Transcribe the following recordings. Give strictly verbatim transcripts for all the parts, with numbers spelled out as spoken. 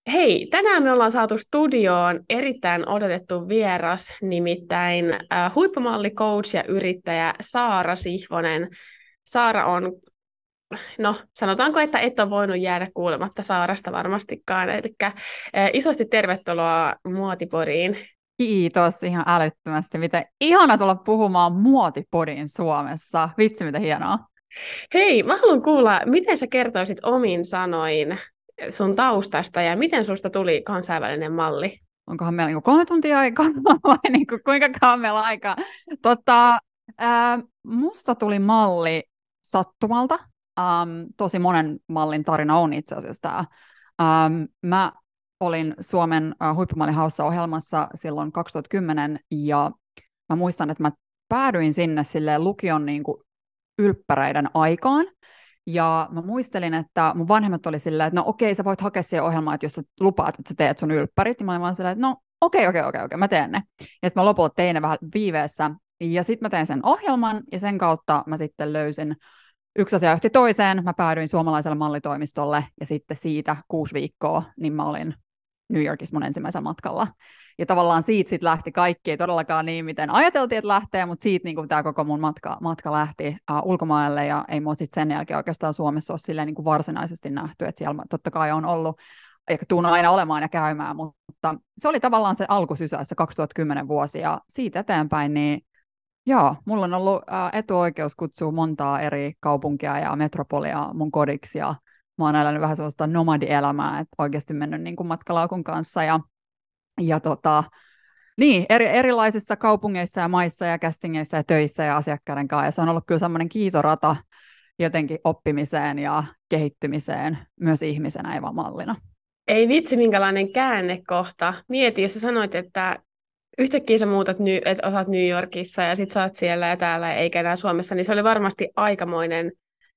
Hei, tänään me ollaan saatu studioon erittäin odotettu vieras, nimittäin äh, huippumalli, coach ja yrittäjä Saara Sihvonen. Saara on, no sanotaanko, että et ole voinut jäädä kuulematta Saarasta varmastikaan. Eli äh, isosti tervetuloa Muotipodiin. Kiitos ihan älyttömästi. Miten ihana tulla puhumaan muotipodin Suomessa. Vitsi, mitä hienoa. Hei, mä haluan kuulla, miten sä kertoisit omin sanoin sun taustasta ja miten susta tuli kansainvälinen malli? Onkohan meillä niinku kolme tuntia aikaa vai niinku, kuinka kauan meillä on aikaa? Tota, ää, musta tuli malli sattumalta. Ähm, tosi monen mallin tarina on itse asiassa tämä. Ähm, mä olin Suomen äh, huippumallin haussa ohjelmassa silloin kaksituhattakymmenen ja mä muistan, että mä päädyin sinne silleen lukion niinku ylppäreiden aikaan. Ja mä muistelin, että mun vanhemmat oli silleen, että no okei, sä voit hakea siihen ohjelmaan, että jos sä lupaat, että sä teet sun ylppärit. Ja mä olin vaan silleen, että no okei, okei, okei, okei, mä teen ne. Ja sitten mä lopulta tein ne vähän viiveessä. Ja sitten mä tein sen ohjelman, ja sen kautta mä sitten löysin yksi asia johti toiseen. Mä päädyin suomalaiselle mallitoimistolle, ja sitten siitä kuusi viikkoa, niin mä olin New Yorkissa mun ensimmäisellä matkalla. Ja tavallaan siitä sit lähti kaikki, ei todellakaan niin, miten ajateltiin, että lähtee, mutta siitä niin tämä koko mun matka, matka lähti uh, ulkomaille, ja ei mua sitten sen jälkeen oikeastaan Suomessa ole silleen, niin kuin varsinaisesti nähty, että siellä totta kai on ollut, eikä tuun aina olemaan ja käymään, mutta se oli tavallaan se alkusysäys, se kaksituhattakymmenen vuosi, ja siitä eteenpäin, niin joo, mulla on ollut uh, etuoikeus kutsua montaa eri kaupunkia ja metropolia mun kodiksi, ja mä oon elänyt vähän sellaista nomadielämää, että oikeasti mennyt niin kuin matkalaukun kanssa, ja ja tota, niin, eri, erilaisissa kaupungeissa ja maissa ja castingeissa ja töissä ja asiakkaiden kanssa. Ja se on ollut kyllä semmoinen kiitorata jotenkin oppimiseen ja kehittymiseen myös ihmisenä, ei vaan mallina. Ei vitsi, minkälainen käännekohta. Mieti, jos sä sanoit, että yhtäkkiä sä muutat, Ny- että osaat New Yorkissa ja sit sä oot siellä ja täällä eikä enää Suomessa, niin se oli varmasti aikamoinen,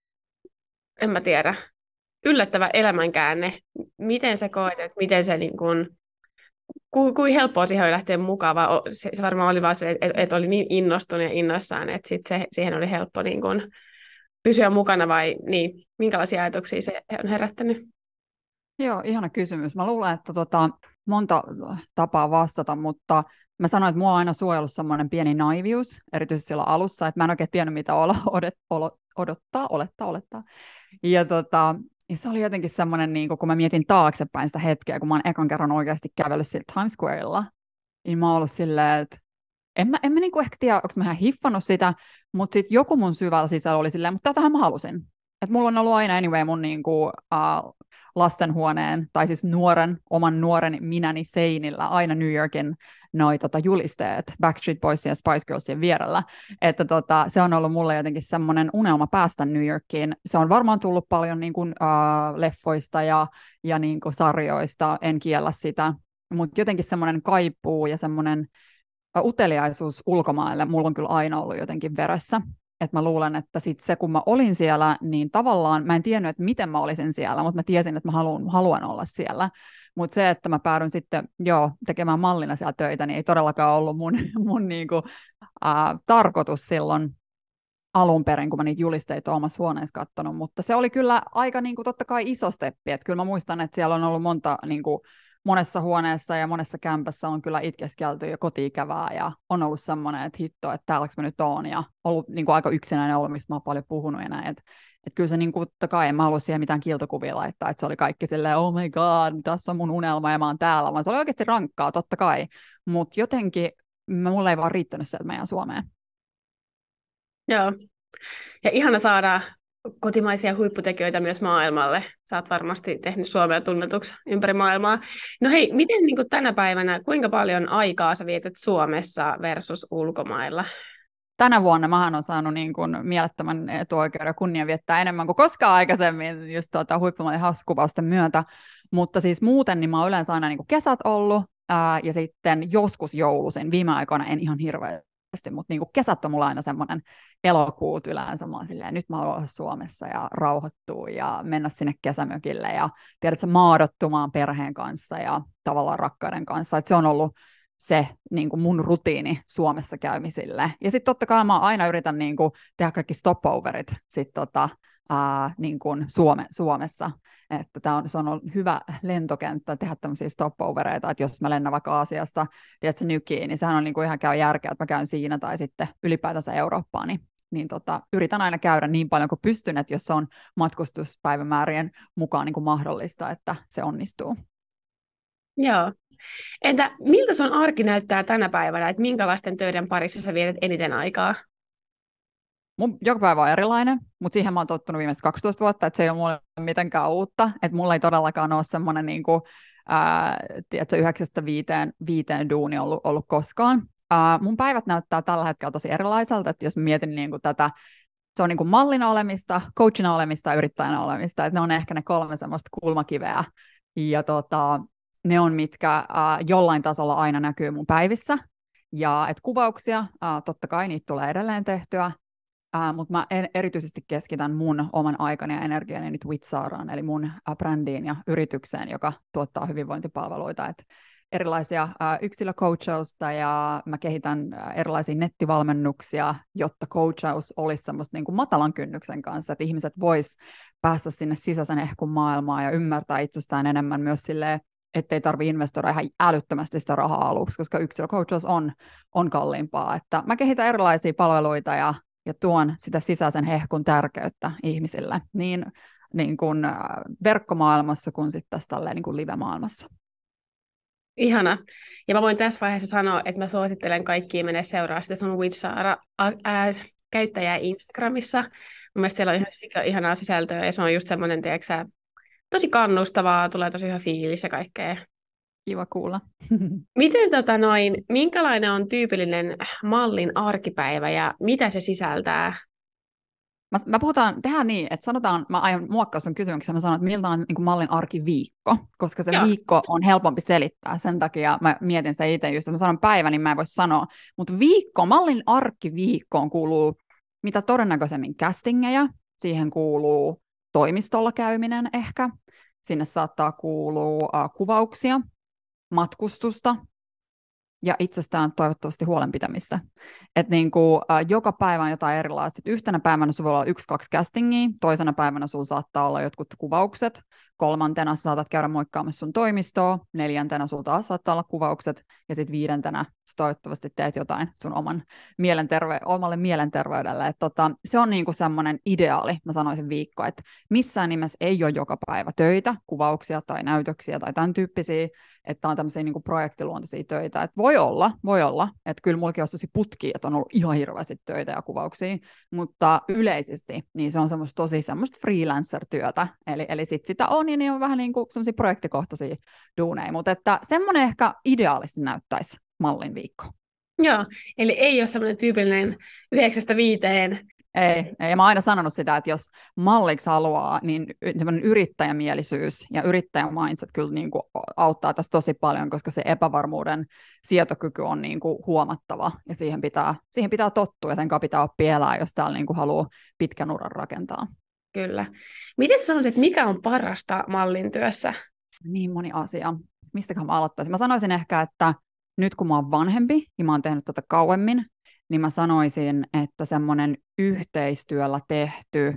en mä tiedä, yllättävä elämänkäänne. Miten sä koet, että miten se niin kun, ku, kuin helppoa siihen oli lähteä mukaan, vai o- se, se varmaan oli vaan se, että, että oli niin innostunut ja innoissaan, että sit se, siihen oli helppo niin kun pysyä mukana, vai niin, minkälaisia ajatuksia se on herättänyt? Joo, ihana kysymys. Mä luulen, että tota, monta tapaa vastata, mutta mä sanoin, että mua on aina suojellut semmoinen pieni naivius, erityisesti silloin alussa, että mä en oikein tiennyt, mitä olo, odet, olo, odottaa, olettaa, olettaa. Ja, tota, ja se oli jotenkin semmoinen, niin kun mä mietin taaksepäin sitä hetkeä, kun mä oon ekan kerran oikeasti kävellyt sillä Times Squarella, niin mä oon ollut silleen, että en mä, en mä niinku ehkä tiedä, onko mä ihan hiffannut sitä, mutta sitten joku mun syvällä sisällä oli silleen, mutta tätähän mä halusin. Että mulla on ollut aina anyway mun niinku, uh, lastenhuoneen, tai siis nuoren, oman nuoren minäni seinillä aina New Yorkin noi tota, julisteet Backstreet Boysien ja Spice Girlsien vierellä. Että tota, se on ollut mulle jotenkin semmoinen unelma päästä New Yorkiin. Se on varmaan tullut paljon niin kuin, uh, leffoista ja, ja niin kuin sarjoista, en kiellä sitä, mutta jotenkin semmoinen kaipuu ja semmoinen uteliaisuus ulkomaille mulla on kyllä aina ollut jotenkin veressä. Että mä luulen, että sit se, kun mä olin siellä, niin tavallaan mä en tiennyt, että miten mä olisin siellä, mutta mä tiesin, että mä haluan, haluan olla siellä. Mutta se, että mä päädyin sitten joo, tekemään mallina siellä töitä, niin ei todellakaan ollut mun, mun niinku, äh, tarkoitus silloin alun perin, kun mä niitä julisteita olen omassa huoneessa katsonut. Mutta se oli kyllä aika niinku, totta kai iso steppi. Että kyllä mä muistan, että siellä on ollut monta niinku, monessa huoneessa ja monessa kämpässä on kyllä itkeskelty ja kotiikävää ja on ollut semmoinen, että hitto, että täälläks mä nyt oon ja ollut niin kuin aika yksinäinen ollut, mistä mä oon paljon puhunut ja näin, että et kyllä se niin kuin, totta kai en mä halua siihen mitään kiltokuvia laittaa, että se oli kaikki silleen, oh my god, tässä on mun unelma ja mä oon täällä, vaan se oli oikeasti rankkaa, totta kai, mutta jotenkin mulle ei vaan riittänyt se, että mä jään Suomeen. Joo. Ja ihana saada kotimaisia huipputekijöitä myös maailmalle. Sä oot varmasti tehnyt Suomea tunnetuksi ympäri maailmaa. No hei, miten niin kuin tänä päivänä, kuinka paljon aikaa sä vietät Suomessa versus ulkomailla? Tänä vuonna mähän on saanut niin kuin mielettömän etuoikeuden ja kunnian viettää enemmän kuin koskaan aikaisemmin just tuota huippumallin hauskukuvausten myötä, mutta siis muuten niin mä oon yleensä aina niin kuin kesät ollut ää, ja sitten joskus joulusin, viime aikoina en ihan hirveästi, mutta niin kuin kesät on mulla aina semmoinen elokuut yleensä, mä oon silleen, nyt mä haluan olla Suomessa ja rauhoittua ja mennä sinne kesämökille ja tiedätkö, maadottumaan perheen kanssa ja tavallaan rakkaiden kanssa, että se on ollut se niin kuin mun rutiini Suomessa käymisille. Ja sitten totta kai mä aina yritän niin kuin, tehdä kaikki stopoverit sit, tota, ää, niin kuin Suome, Suomessa. Että tää on, se on ollut hyvä lentokenttä tehdä tämmöisiä stopovereita, että jos mä lennän vaikka Aasiasta, tiedätkö, Nykiin, niin sehän on niin kuin ihan käy järkeä, että mä käyn siinä tai sitten ylipäätänsä Eurooppaan, niin, niin tota, yritän aina käydä niin paljon kuin pystyn, että jos se on matkustuspäivämäärien mukaan niin kuin mahdollista, että se onnistuu. Joo. Entä miltä sun arki näyttää tänä päivänä, että minkälaisten töiden parissa sä vietät eniten aikaa? Mun joka päivä on erilainen, mutta siihen mä oon tottunut viimeiset kaksitoista vuotta, että se ei ole mulle mitenkään uutta. Että mulla ei todellakaan ole semmoinen niin kuin, ää, tiedätkö, yhdeksästä viiteen, viiteen duuni ollut, ollut koskaan. Ää, mun päivät näyttää tällä hetkellä tosi erilaiselta, että jos mietin niin kuin tätä, se on niin kuin mallina olemista, coachina olemista ja yrittäjänä olemista, että ne on ehkä ne kolme semmoista kulmakiveä. Ja tota, ne on, mitkä ää, jollain tasolla aina näkyy mun päivissä. Ja et kuvauksia, ää, totta kai niitä tulee edelleen tehtyä. Uh, mutta mä en, erityisesti keskitän mun oman aikani ja energiani nyt Witsaaraan, eli mun uh, brändiin ja yritykseen, joka tuottaa hyvinvointipalveluita. Et erilaisia uh, yksilöcoachausta ja mä kehitän uh, erilaisia nettivalmennuksia, jotta coachaus olisi semmoista niin kuin matalan kynnyksen kanssa, että ihmiset vois päästä sinne sisäisen ehkun maailmaan ja ymmärtää itsestään enemmän myös silleen, ettei tarvitse investoida ihan älyttömästi sitä rahaa aluksi, koska yksilöcoachaus on, on kalliimpaa. Että mä kehitän erilaisia palveluita ja ja tuon sitä sisäisen hehkun tärkeyttä ihmisille, niin, niin kuin verkkomaailmassa kuin sitten tässä niin kuin live-maailmassa. Ihana. Ja mä voin tässä vaiheessa sanoa, että mä suosittelen kaikkia mennä seuraa sitä sun Witsaara-käyttäjää Instagramissa. Mun mielestä siellä on ihan sika ihanaa sisältöä ja se on just semmoinen, tiedätkö, tosi kannustavaa, tulee tosi hyvä fiilis ja kaikkea. Kiva kuulla. Miten tota noin, minkälainen on tyypillinen mallin arkipäivä ja mitä se sisältää? Mä, mä puhutaan, tehdään niin, että sanotaan, mä aion muokkaa sun kysymyksen, mä sanon, että miltä on niin kuin mallin arkiviikko, koska se Joo. viikko on helpompi selittää, sen takia mä mietin sitä itse, jos mä sanon päivä, niin mä en voi sanoa, mutta viikko, mallin arkiviikkoon kuuluu mitä todennäköisemmin castingeja, siihen kuuluu toimistolla käyminen ehkä, sinne saattaa kuulua uh, kuvauksia, matkustusta ja itsestään toivottavasti huolenpitämistä. Että niinku, äh, joka päivä on jotain erilaista. Et yhtenä päivänä sulla voi olla yksi, kaksi castingia, toisena päivänä sulla saattaa olla jotkut kuvaukset, kolmantena sä saatat käydä moikkaamassa sun toimistoa, neljäntenä sulla taas saattaa olla kuvaukset, ja sitten viidentenä sä toivottavasti teet jotain sun oman mielenterve- omalle mielenterveydelle. Et tota, se on niinku semmoinen ideaali, mä sanoisin viikko, että missään nimessä ei ole joka päivä töitä, kuvauksia tai näytöksiä tai tämän tyyppisiä, että on tämmöisiä niinku projektiluontoisia töitä. Et voi olla, voi olla, että kyllä mullakin olisi tosi putkia, että on ollut ihan hirveästi töitä ja kuvauksia, mutta yleisesti niin se on semmoista tosi semmoista freelancer-työtä, eli, eli sit sitä on, ja niin on vähän niin kuin semmoisia projektikohtaisia duuneja, mutta että semmoinen ehkä ideaalisesti näyttäisi mallin viikko. Joo, eli ei ole semmoinen tyypillinen yhdeksästä viiteen. Ei, ei, ja mä oon aina sanonut sitä, että jos malliksi haluaa, niin yrittäjämielisyys ja yrittäjän mindset kyllä niin kuin auttaa tässä tosi paljon, koska se epävarmuuden sietokyky on niin kuin huomattava, ja siihen pitää, siihen pitää tottua, ja sen kanssa pitää oppia elää, jos täällä niin kuin haluaa pitkän uran rakentaa. Kyllä. Miten sä sanoit, että mikä on parasta mallin työssä? Niin moni asia. Mistäköhän mä aloittaisin? Mä sanoisin ehkä, että nyt kun mä oon vanhempi, ja mä oon tehnyt tätä kauemmin, niin mä sanoisin, että semmoinen yhteistyöllä tehty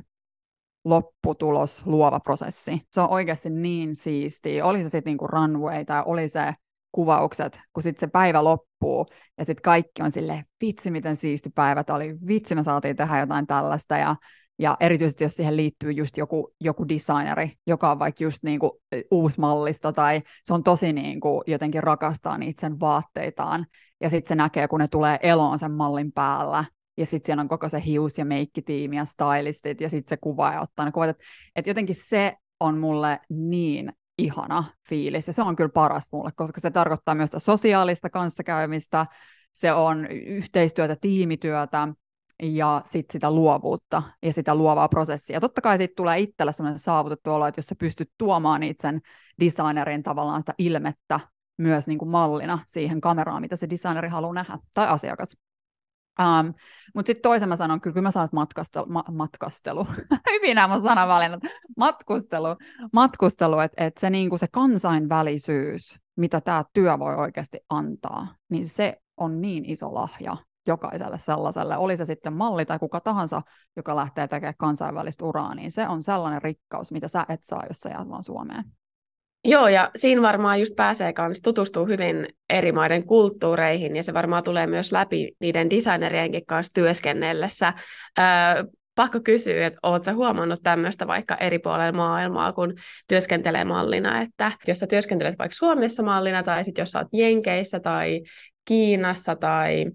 lopputulos, luova prosessi. Se on oikeasti niin siistiä. Oli se sitten niinku runway tai oli se kuvaukset, kun sitten se päivä loppuu ja sitten kaikki on silleen, vitsi miten siisti päivät oli, vitsi me saatiin tehdä jotain tällaista ja Ja erityisesti, jos siihen liittyy just joku, joku designeri, joka on vaikka just niinku uusi mallisto, tai se on tosi niinku jotenkin rakastaa niitä sen vaatteitaan, ja sitten se näkee, kun ne tulee eloon sen mallin päällä, ja sitten siellä on koko se hius- ja meikkitiimi ja stylistit, ja sitten se kuva ja ottaa ne kuvat, että et jotenkin se on mulle niin ihana fiilis, ja se on kyllä paras mulle, koska se tarkoittaa myös sitä sosiaalista kanssakäymistä, se on yhteistyötä, tiimityötä, ja sitten sitä luovuutta ja sitä luovaa prosessia. Ja totta kai siitä tulee itsellä sellainen saavutettu olo, että jos sä pystyt tuomaan niitä sen designerin tavallaan sitä ilmettä myös niin kuin mallina siihen kameraan, mitä se designeri haluaa nähdä, tai asiakas. Um, Mutta sitten toisen mä sanon, kyllä, kyllä mä sanon, että matkastelu, ma- matkastelu. hyvin nämä mun sanavalinnat, matkustelu, matkustelu että et se, niinku se kansainvälisyys, mitä tämä työ voi oikeasti antaa, niin se on niin iso lahja jokaiselle sellaiselle, oli se sitten malli tai kuka tahansa, joka lähtee tekemään kansainvälistä uraa, niin se on sellainen rikkaus, mitä sä et saa, jos sä jäät vaan Suomeen. Joo, ja siinä varmaan just pääsee kanssa tutustuu hyvin eri maiden kulttuureihin, ja se varmaan tulee myös läpi niiden designerienkin kanssa työskennellessä. Öö, pakko kysyä, että ootko sä huomannut tämmöistä vaikka eri puolilla maailmaa, kun työskentelee mallina, että jos sä työskentelet vaikka Suomessa mallina, tai sitten jos sä oot Jenkeissä, tai Kiinassa, tai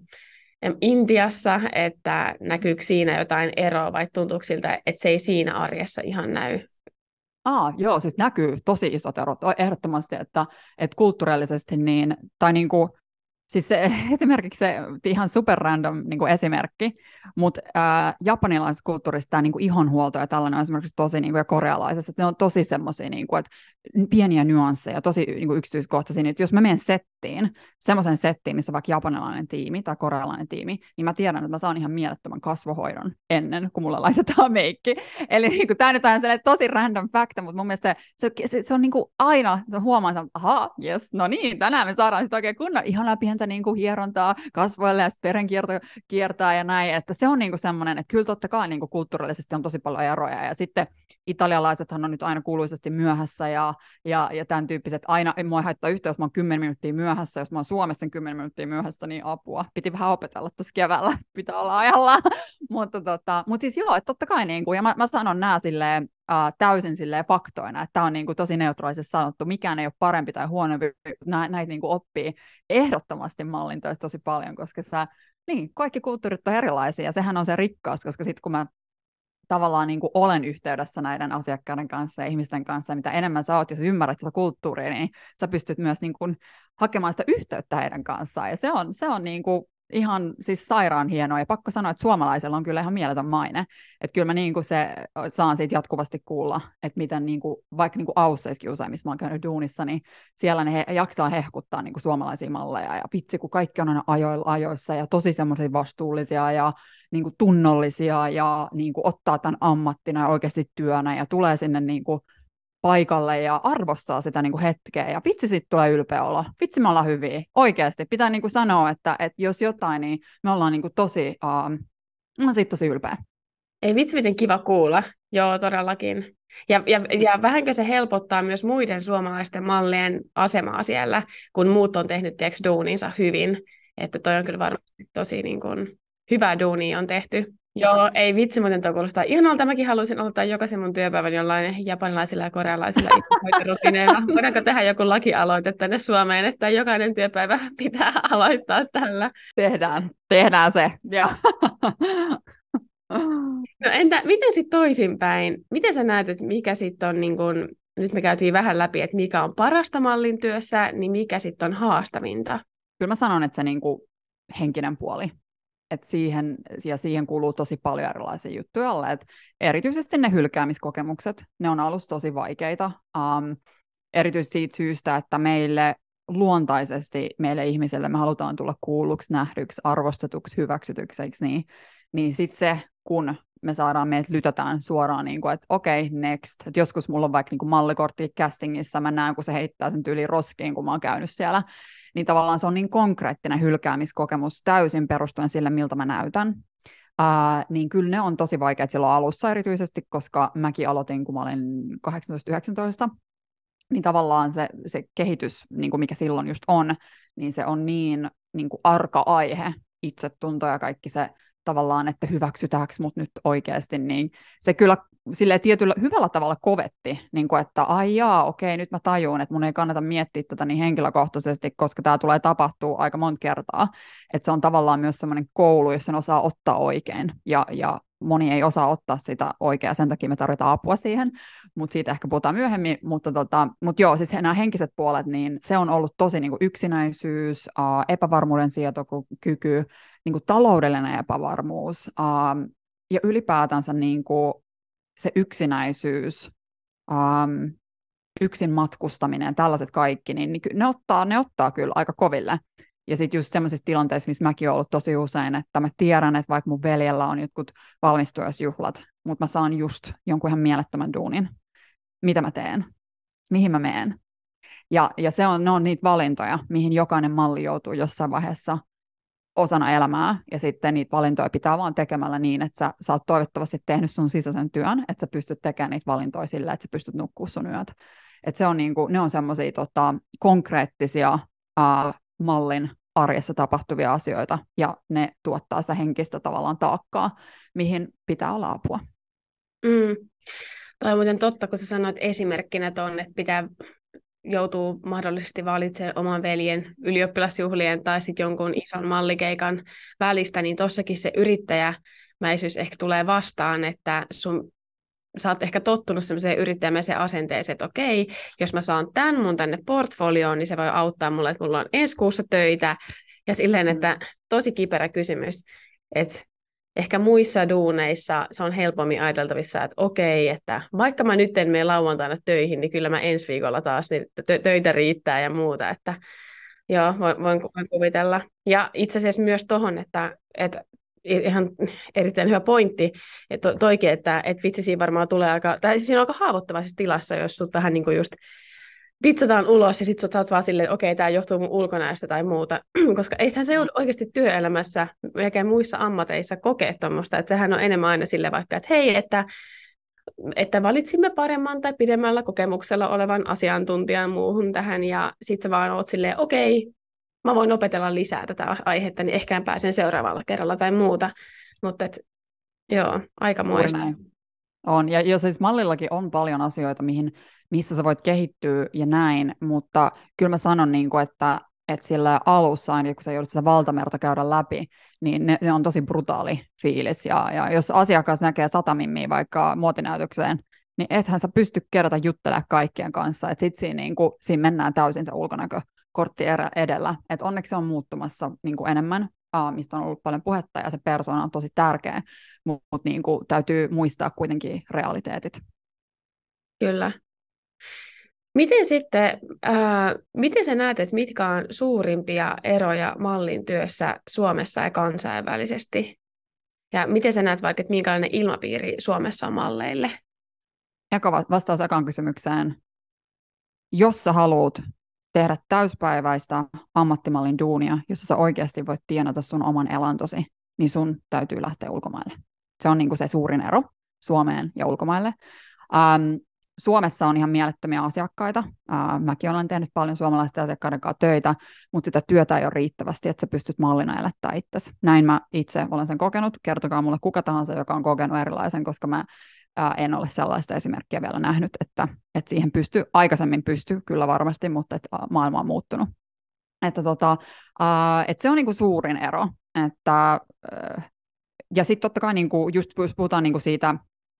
Intiassa, että näkyykö siinä jotain eroa, vai tuntuuko siltä, että se ei siinä arjessa ihan näy? Aa, joo, siis näkyy tosi isot erot, ehdottomasti, että, että kulttuurillisesti niin, tai niin kuin, siis se, esimerkiksi se ihan super random niin kuin esimerkki, mutta ää, japanilaisessa kulttuurissa tämä niin kuin ihonhuolto ja tällainen on esimerkiksi tosi, niin kuin, ja korealaisessa, että ne on tosi semmoisia, niin kuin, että pieniä nyansseja, tosi niin kuin yksityiskohtaisia, että jos mä menen settiin, semmoisen settiin, missä on vaikka japanilainen tiimi tai korealainen tiimi, niin mä tiedän, että mä saan ihan mielettömän kasvohoidon ennen kuin mulle laitetaan meikki. Eli niin kuin, tämä nyt on tosi random fakta, mutta mun mielestä se, se, se, se on niin kuin aina, huomaan, että ahaa, jes, no niin, tänään me saadaan sitten oikein kunnon ihanaa pientä niin kuin hierontaa kasvoille ja sitten verenkierto kiertää ja näin, että se on niin kuin semmoinen, että kyllä totta kai niin kuin kulttuurillisesti on tosi paljon eroja, ja sitten italialaisethan on nyt aina kuuluisesti myöhässä ja Ja, ja tämän tyyppiset, aina ei mua haittaa yhtä, jos mä oon kymmenen minuuttia myöhässä, jos mä oon Suomessa kymmenen minuuttia myöhässä, niin apua. Piti vähän opetella tuossa keväällä, pitää olla ajallaan. mutta, tota, mutta siis joo, että totta kai, niin kuin, ja mä, mä sanon nämä silleen, äh, täysin silleen faktoina, että tämä on niin kuin tosi neutraalisesti sanottu, mikään ei ole parempi tai huonompi, Nä, näitä niin kuin oppii ehdottomasti mallintoista tosi paljon, koska sä, niin, kaikki kulttuurit on erilaisia, ja sehän on se rikkaus, koska sitten kun mä tavallaan niin kuin olen yhteydessä näiden asiakkaiden kanssa ja ihmisten kanssa, mitä enemmän sä oot, jos ymmärrät sitä kulttuuria, niin sä pystyt myös niin kuin hakemaan sitä yhteyttä heidän kanssaan, ja se on, se on niin kuin ihan siis sairaan hienoa, ja pakko sanoa, että suomalaisella on kyllä ihan mieletön maine, että kyllä mä niin kuin se, saan siitä jatkuvasti kuulla, että miten niin kuin, vaikka niin kuin Ausseissakin usein, missä mä oon käynyt duunissa, niin siellä ne he, jaksaa hehkuttaa niin kuin suomalaisia malleja, ja vitsi, kun kaikki on aina ajoilla, ajoissa, ja tosi semmoisia vastuullisia, ja niin kuin tunnollisia, ja niin kuin ottaa tämän ammattina ja oikeasti työnä, ja tulee sinne niin kuin paikalle ja arvostaa sitä niin kuin hetkeä, ja vitsi, sitten tulee ylpeä olo. Vitsi, me ollaan hyviä. Oikeasti. Pitää niin kuin sanoa, että, että jos jotain, niin me ollaan niin kuin tosi, uh, mä oon siitä tosi ylpeä. Ei vitsi, miten kiva kuulla. Joo, todellakin. Ja, ja, ja vähänkö se helpottaa myös muiden suomalaisten mallien asemaa siellä, kun muut on tehnyt tiiäks, duuninsa hyvin. Että toi on kyllä varmasti tosi niin kuin, hyvää duunia on tehty. Joo, ei vitsi muuten tuo kuulostaa ihanalta. Mäkin haluaisin aloittaa jokaisen mun työpäivän jollain japanilaisilla ja korealaisilla rutiineilla. Voidaanko tehdä joku lakialoite tänne Suomeen, että jokainen työpäivä pitää aloittaa tällä? Tehdään, tehdään se. Ja. No entä, miten sitten toisinpäin? Miten sä näet, että mikä sitten on, niin kun, nyt me käytiin vähän läpi, että mikä on parasta mallin työssä, niin mikä sitten on haastavinta? Kyllä mä sanon, että se niinku henkinen puoli. Et siihen, ja siihen kuuluu tosi paljon erilaisia juttuja alle. Et erityisesti ne hylkäämiskokemukset, ne on alussa tosi vaikeita. Um, erityisesti siitä syystä, että meille luontaisesti, meille ihmisille, me halutaan tulla kuulluksi, nähdyksi, arvostetuksi, hyväksytyksi, eikö niin? Niin sitten se, kun me saadaan, meidät lytätään suoraan, niin kuin, että okei, okay, next. Et joskus mulla on vaikka niin kuin mallikortti castingissa, mä näen, kun se heittää sen tyyliin roskiin, kun mä oon käynyt siellä, niin tavallaan se on niin konkreettinen hylkäämiskokemus täysin perustuen sille, miltä mä näytän. Uh, niin kyllä ne on tosi vaikeat silloin alussa erityisesti, koska mäkin aloitin, kun mä olin kahdeksantoista yhdeksäntoista, niin tavallaan se, se kehitys, niin kuin mikä silloin just on, niin se on niin, niin kuin arka aihe, itsetunto ja kaikki se tavallaan, että hyväksytäänkö mut nyt oikeasti, niin se kyllä silleen tietyllä hyvällä tavalla kovetti, niin kuin, että ai jaa, okei, nyt mä tajun, että mun ei kannata miettiä tätä niin henkilökohtaisesti, koska tämä tulee tapahtua aika monta kertaa, että se on tavallaan myös semmoinen koulu, jossa sen osaa ottaa oikein, ja, ja moni ei osaa ottaa sitä oikein, sen takia me tarvitaan apua siihen, mutta siitä ehkä puhutaan myöhemmin, mutta tota, mut joo, siis nämä henkiset puolet, niin se on ollut tosi niin kuin yksinäisyys, uh, epävarmuuden sietokyky, niin kuin taloudellinen epävarmuus, uh, ja ylipäätänsä niin kuin se yksinäisyys, um, yksin matkustaminen, tällaiset kaikki, niin, niin ne, ottaa, ne ottaa kyllä aika koville. Ja sitten just sellaisissa tilanteissa, missä mäkin olen ollut tosi usein, että mä tiedän, että vaikka mun veljellä on jotkut valmistujaisjuhlat, mutta mä saan just jonkun ihan mielettömän duunin. Mitä mä teen? Mihin mä meen? Ja, ja se on, ne on niitä valintoja, mihin jokainen malli joutuu jossain vaiheessa osana elämää, ja sitten niitä valintoja pitää vaan tekemällä niin, että sä, sä oot toivottavasti tehnyt sun sisäisen työn, että sä pystyt tekemään niitä valintoja sillä, että sä pystyt nukkua sun yöt. Et se on niinku, ne on semmoisia tota, konkreettisia ää, mallin arjessa tapahtuvia asioita, ja ne tuottaa sitä henkistä tavallaan taakkaa, mihin pitää olla apua. Mm. Toi on muuten totta, kun sä sanoit esimerkkinä ton, että pitää joutuu mahdollisesti valitsemaan oman veljen ylioppilasjuhlien tai sitten jonkun ison mallikeikan välistä, niin tossakin se yrittäjämäisyys ehkä tulee vastaan, että sun, sä oot ehkä tottunut semmoiseen yrittäjämäiseen asenteeseen, että okei, jos mä saan tämän mun tänne portfolioon, niin se voi auttaa mulle, että mulla on ensi kuussa töitä, ja silleen, että tosi kiperä kysymys, että ehkä muissa duuneissa se on helpommin ajateltavissa, että okei, että vaikka mä nyt en mene lauantaina töihin, niin kyllä mä ensi viikolla taas niin tö- töitä riittää ja muuta, että joo, voin, voin, voin kuvitella. Ja itse asiassa myös tohon, että, että ihan erittäin hyvä pointti, että toikin, että, että vitsi siinä varmaan tulee aika, tai siinä on aika haavoittavaisessa tilassa, jos sut vähän niin kuin just ditsataan ulos ja sitten sä oot vaan silleen, että okei, tämä johtuu mun ulkonäöstä tai muuta, koska eihän se oikeasti työelämässä eikä muissa ammateissa kokea tuommoista, että sehän on enemmän aina sille vaikka, että hei, että, että valitsimme paremman tai pidemmällä kokemuksella olevan asiantuntijan muuhun tähän ja sit sä vaan oot silleen, okei, mä voin opetella lisää tätä aihetta, niin ehkä pääsen seuraavalla kerralla tai muuta, mutta et, joo, aikamoista. On, ja, ja siis mallillakin on paljon asioita, mihin, missä sä voit kehittyä ja näin, mutta kyllä mä sanon, niin kuin, että, että sillä alussa, aina kun sä joudut sitä valtamerta käydä läpi, niin ne, ne on tosi brutaali fiilis, ja, ja jos asiakas näkee sata mimmiä vaikka muotinäytökseen, niin ethän sä pysty kerätä juttelemaan kaikkien kanssa, että sitten siinä, niin kuin, siinä mennään täysin se ulkonäkökortti edellä, että onneksi se on muuttumassa niin kuin enemmän, Uh, mistä on ollut paljon puhetta, ja se persoona on tosi tärkeä, mutta mut niinku, täytyy muistaa kuitenkin realiteetit. Kyllä. Miten sitten, äh, miten sä näet, että mitkä on suurimpia eroja mallin työssä Suomessa ja kansainvälisesti? Ja miten sä näet vaikka, että minkälainen ilmapiiri Suomessa on malleille? Eka vastaus ekaan kysymykseen. Jos sä haluat tehdä täyspäiväistä ammattimallin duunia, jossa sä oikeasti voit tienata sun oman elantosi, niin sun täytyy lähteä ulkomaille. Se on niinku se suurin ero Suomeen ja ulkomaille. Ähm, Suomessa on ihan mielettömiä asiakkaita. Äh, mäkin olen tehnyt paljon suomalaisten asiakkaiden kanssa töitä, mutta sitä työtä ei ole riittävästi, että sä pystyt mallina elättää itsesi. Näin mä itse olen sen kokenut. Kertokaa mulle kuka tahansa, joka on kokenut erilaisen, koska mä Ää, en ole sellaista esimerkkiä vielä nähnyt, että, että siihen pystyy, aikaisemmin pystyy kyllä varmasti, mutta että maailma on muuttunut. Että tota, ää, että se on niinku suurin ero. Että, ää, ja sitten totta kai niinku, just jos puhutaan niinku siitä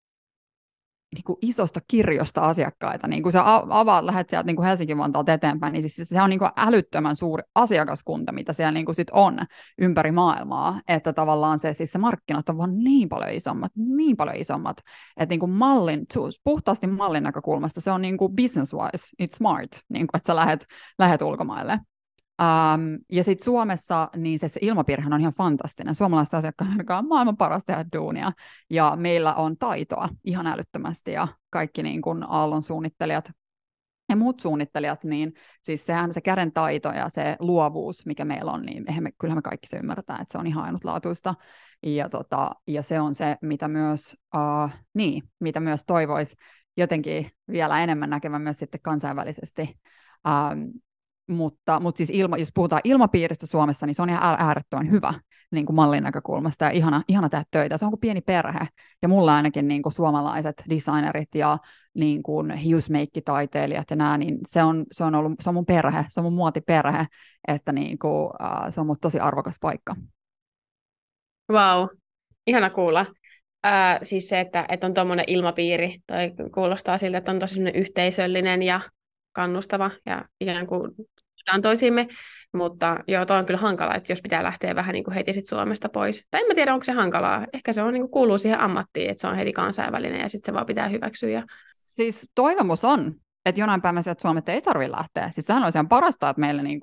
niinku isosta kirjosta asiakkaita, niin kun sä avaat, lähdet sieltä niinku Helsinki-Vantaalta eteenpäin, niin siis se on niinku älyttömän suuri asiakaskunta, mitä siellä niinku sit on ympäri maailmaa, että tavallaan se, siis se markkinat on vaan niin paljon isommat, niin paljon isommat, että niinku mallin, puhtaasti mallin näkökulmasta se on niinku business-wise, it's smart, niinku, että sä lähet, lähet ulkomaille. Um, ja sitten Suomessa niin se, se ilmapiirihän on ihan fantastinen. Suomalaiset asiakkaat on maailman paras tehdä duunia. Ja meillä on taitoa ihan älyttömästi. Ja kaikki niin kuin Aallon suunnittelijat ja muut suunnittelijat, niin siis sehän se käden taito ja se luovuus, mikä meillä on, niin me, kyllähän me kaikki se ymmärretään, että se on ihan ainutlaatuista. Ja, tota, ja se on se, mitä myös, uh, niin, mitä myös toivoisi jotenkin vielä enemmän näkevän myös sitten kansainvälisesti. Um, Mutta, mutta siis ilma, jos puhutaan ilmapiiristä Suomessa, niin se on ihan äärettömän hyvä niin kuin mallin näkökulmasta ja ihana, ihana tehdä töitä. Se on kuin pieni perhe. Ja mulla ainakin niin kuin suomalaiset designerit ja niin kuin hiusmeikkitaiteilijat ja nämä, niin se on, se on ollut, se on mun perhe, se on mun muotiperhe, että niin kuin, uh, se on mun tosi arvokas paikka. Vau, wow. Ihana kuulla. Äh, siis se, että, että on tuommoinen ilmapiiri, toi kuulostaa siltä, että on tosi yhteisöllinen ja kannustava ja ikään kuin toisiimme, mutta joo, toi on kyllä hankalaa, että jos pitää lähteä vähän niin kuin heti sit Suomesta pois. Tai en mä tiedä, onko se hankalaa. Ehkä se on, niin kuin kuuluu siihen ammattiin, että se on heti kansainvälinen ja sitten se vaan pitää hyväksyä. Ja... Siis toivomus on, että jonain päivänä sieltä Suomesta ei tarvitse lähteä. Siis sehän olisi ihan parasta, että meillä niin kuin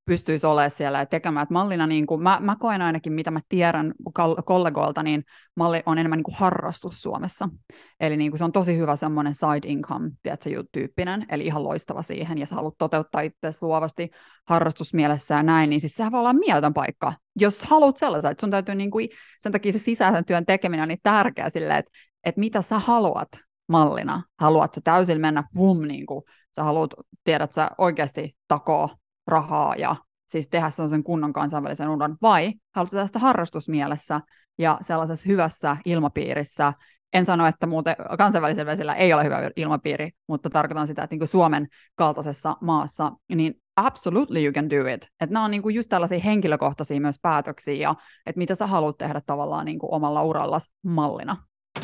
pystyisi olemaan siellä ja tekemään. Että mallina, niin kuin, mä, mä koen ainakin, mitä mä tiedän kollegoilta, niin malli on enemmän niin kuin harrastus Suomessa. Eli niin kuin se on tosi hyvä semmoinen side income, tiedätkö, tyyppinen, eli ihan loistava siihen, ja sä haluat toteuttaa itse luovasti harrastusmielessä ja näin, niin siis sehän voi olla mieletön paikka, jos haluat sellaisen, että sun täytyy niin kuin, sen takia se sisäisen työn tekeminen on niin tärkeä silleen, että, että mitä sä haluat mallina, haluat sä täysin mennä vum, niin kuin sä haluat, tiedät sä oikeasti takoa rahaa ja siis tehdä sellaisen kunnon kansainvälisen uran, vai haluatko tästä harrastusmielessä ja sellaisessa hyvässä ilmapiirissä. En sano, että muuten kansainvälisellä vesillä ei ole hyvä ilmapiiri, mutta tarkoitan sitä, että niin kuin Suomen kaltaisessa maassa, niin absolutely you can do it. Että nämä on niin kuin just tällaisia henkilökohtaisia myös päätöksiä, ja että mitä sä haluat tehdä tavallaan niin kuin omalla urallasi mallina.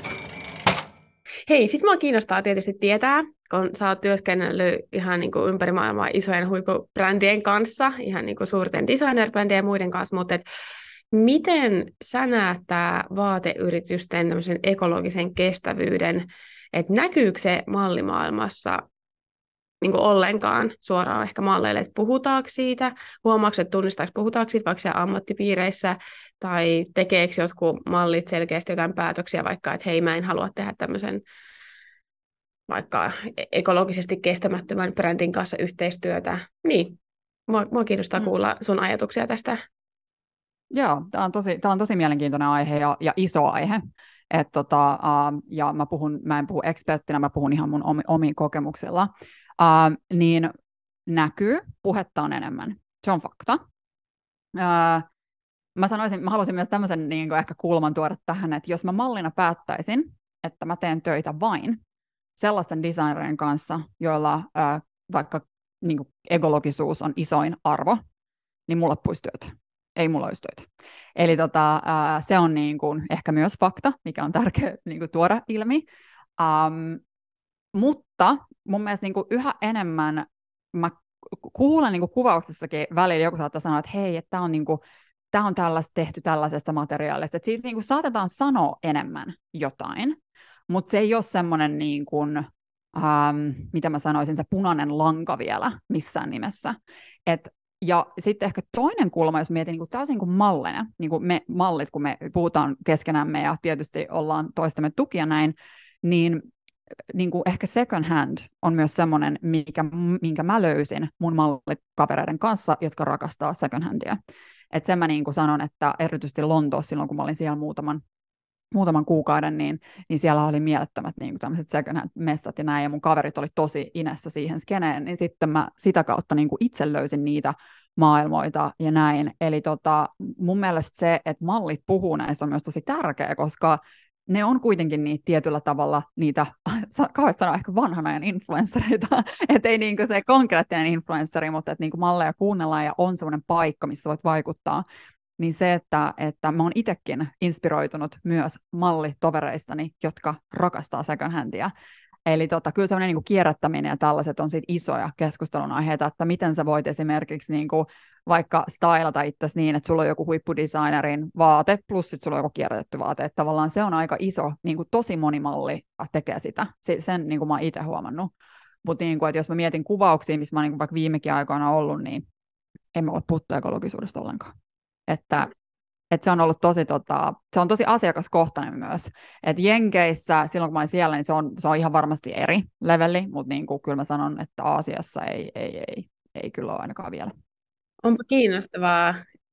Hei, sit mua kiinnostaa tietysti tietää, kun sä oot työskennellyt ihan niin kuin ympäri maailmaa isojen huippubrändien kanssa, ihan niin kuin suurten designer-brändien ja muiden kanssa, mutta et miten sä näet tämä vaateyritysten tämmöisen ekologisen kestävyyden, että näkyykö se mallimaailmassa niin kuin ollenkaan suoraan ehkä malleille, että puhutaanko siitä, huomaatko, että tunnistaako, puhutaanko siitä vaikka siellä ammattipiireissä, tai tekeekö jotkut mallit selkeästi jotain päätöksiä, vaikka että hei, mä en halua tehdä tämmöisen vaikka ekologisesti kestämättömän brändin kanssa yhteistyötä. Niin, mua, mua kiinnostaa kuulla sun ajatuksia tästä. Joo, tämä on tosi, tämä on tosi mielenkiintoinen aihe ja, ja iso aihe. Et tota, uh, ja mä, puhun, mä en puhu eksperttinä, mä puhun ihan mun omi, omiin kokemuksilla. Uh, niin näkyy, puhetta on enemmän. Se on fakta. Uh, mä sanoisin, mä haluaisin myös tämmöisen niin kuin ehkä kulman tuoda tähän, että jos mä mallina päättäisin, että mä teen töitä vain sellaisten designerien kanssa, joilla uh, vaikka niin kuin ekologisuus on isoin arvo, niin mulle puisi työtä. Ei mulla olisi töitä. Eli tota, ää, se on niin kuin ehkä myös fakta, mikä on tärkeä niin kuin tuoda ilmi. Um, mutta mun mielestä niin kuin yhä enemmän mä kuulen niin kuin kuvauksessakin välillä joku saattaa sanoa, että hei, että tämä on, niin kuin, tää on tällaista tehty tällaisesta materiaalista. Että siitä niin kuin saatetaan sanoa enemmän jotain, mutta se ei ole semmoinen, niin kuin, um, mitä mä sanoisin, se punainen lanka vielä missään nimessä. Että ja sitten ehkä toinen kulma, jos mietin niin kuin täysin niin kuin mallina, niin kuin me mallit, kun me puhutaan keskenämme ja tietysti ollaan toistemme tukia näin, niin, niin kuin ehkä second hand on myös semmoinen, mikä, minkä mä löysin mun mallikavereiden kanssa, jotka rakastaa second handia. Että sen mä niin kuin sanon, että erityisesti Lontoossa silloin, kun mä olin siellä muutaman muutaman kuukauden, niin, niin siellä oli mielettömät niin tämmöiset second hand messat ja näin, ja mun kaverit oli tosi inessä siihen skeneen, niin sitten mä sitä kautta niin kuin itse löysin niitä maailmoita ja näin. Eli tota, mun mielestä se, että mallit puhuu näistä on myös tosi tärkeä, koska ne on kuitenkin niitä tietyllä tavalla niitä, kauheat sanoa ehkä vanhan ajan influenssereita, että ei niinku se konkreettinen influensseri, mutta että niinku malleja kuunnellaan ja on semmoinen paikka, missä voit vaikuttaa. Niin se, että, että mä oon itsekin inspiroitunut myös mallitovereistani, jotka rakastaa second handia. Eli tota, kyllä semmoinen niin kierrättäminen ja tällaiset on siitä isoja keskustelun aiheita, että miten sä voit esimerkiksi niin kuin vaikka stylata itsesi niin, että sulla on joku huippudesignerin vaate, plus sitten sulla on joku kierrätetty vaate. Että tavallaan se on aika iso, niin kuin tosi moni malli tekee sitä. Sen niin kuin mä oon itse huomannut. Mutta niin kuin, että jos mä mietin kuvauksia, missä mä oon niin kuin vaikka viimekin aikoina ollut, niin en mä ole puhuttu ekologisuudesta ollenkaan. Että, että se on ollut tosi, tota, se on tosi asiakaskohtainen myös. Että Jenkeissä, silloin kun mä olin siellä, niin se on, se on ihan varmasti eri leveli, mutta niin kuin kyllä mä sanon, että Aasiassa ei, ei, ei, ei kyllä ole ainakaan vielä. Onpa kiinnostavaa.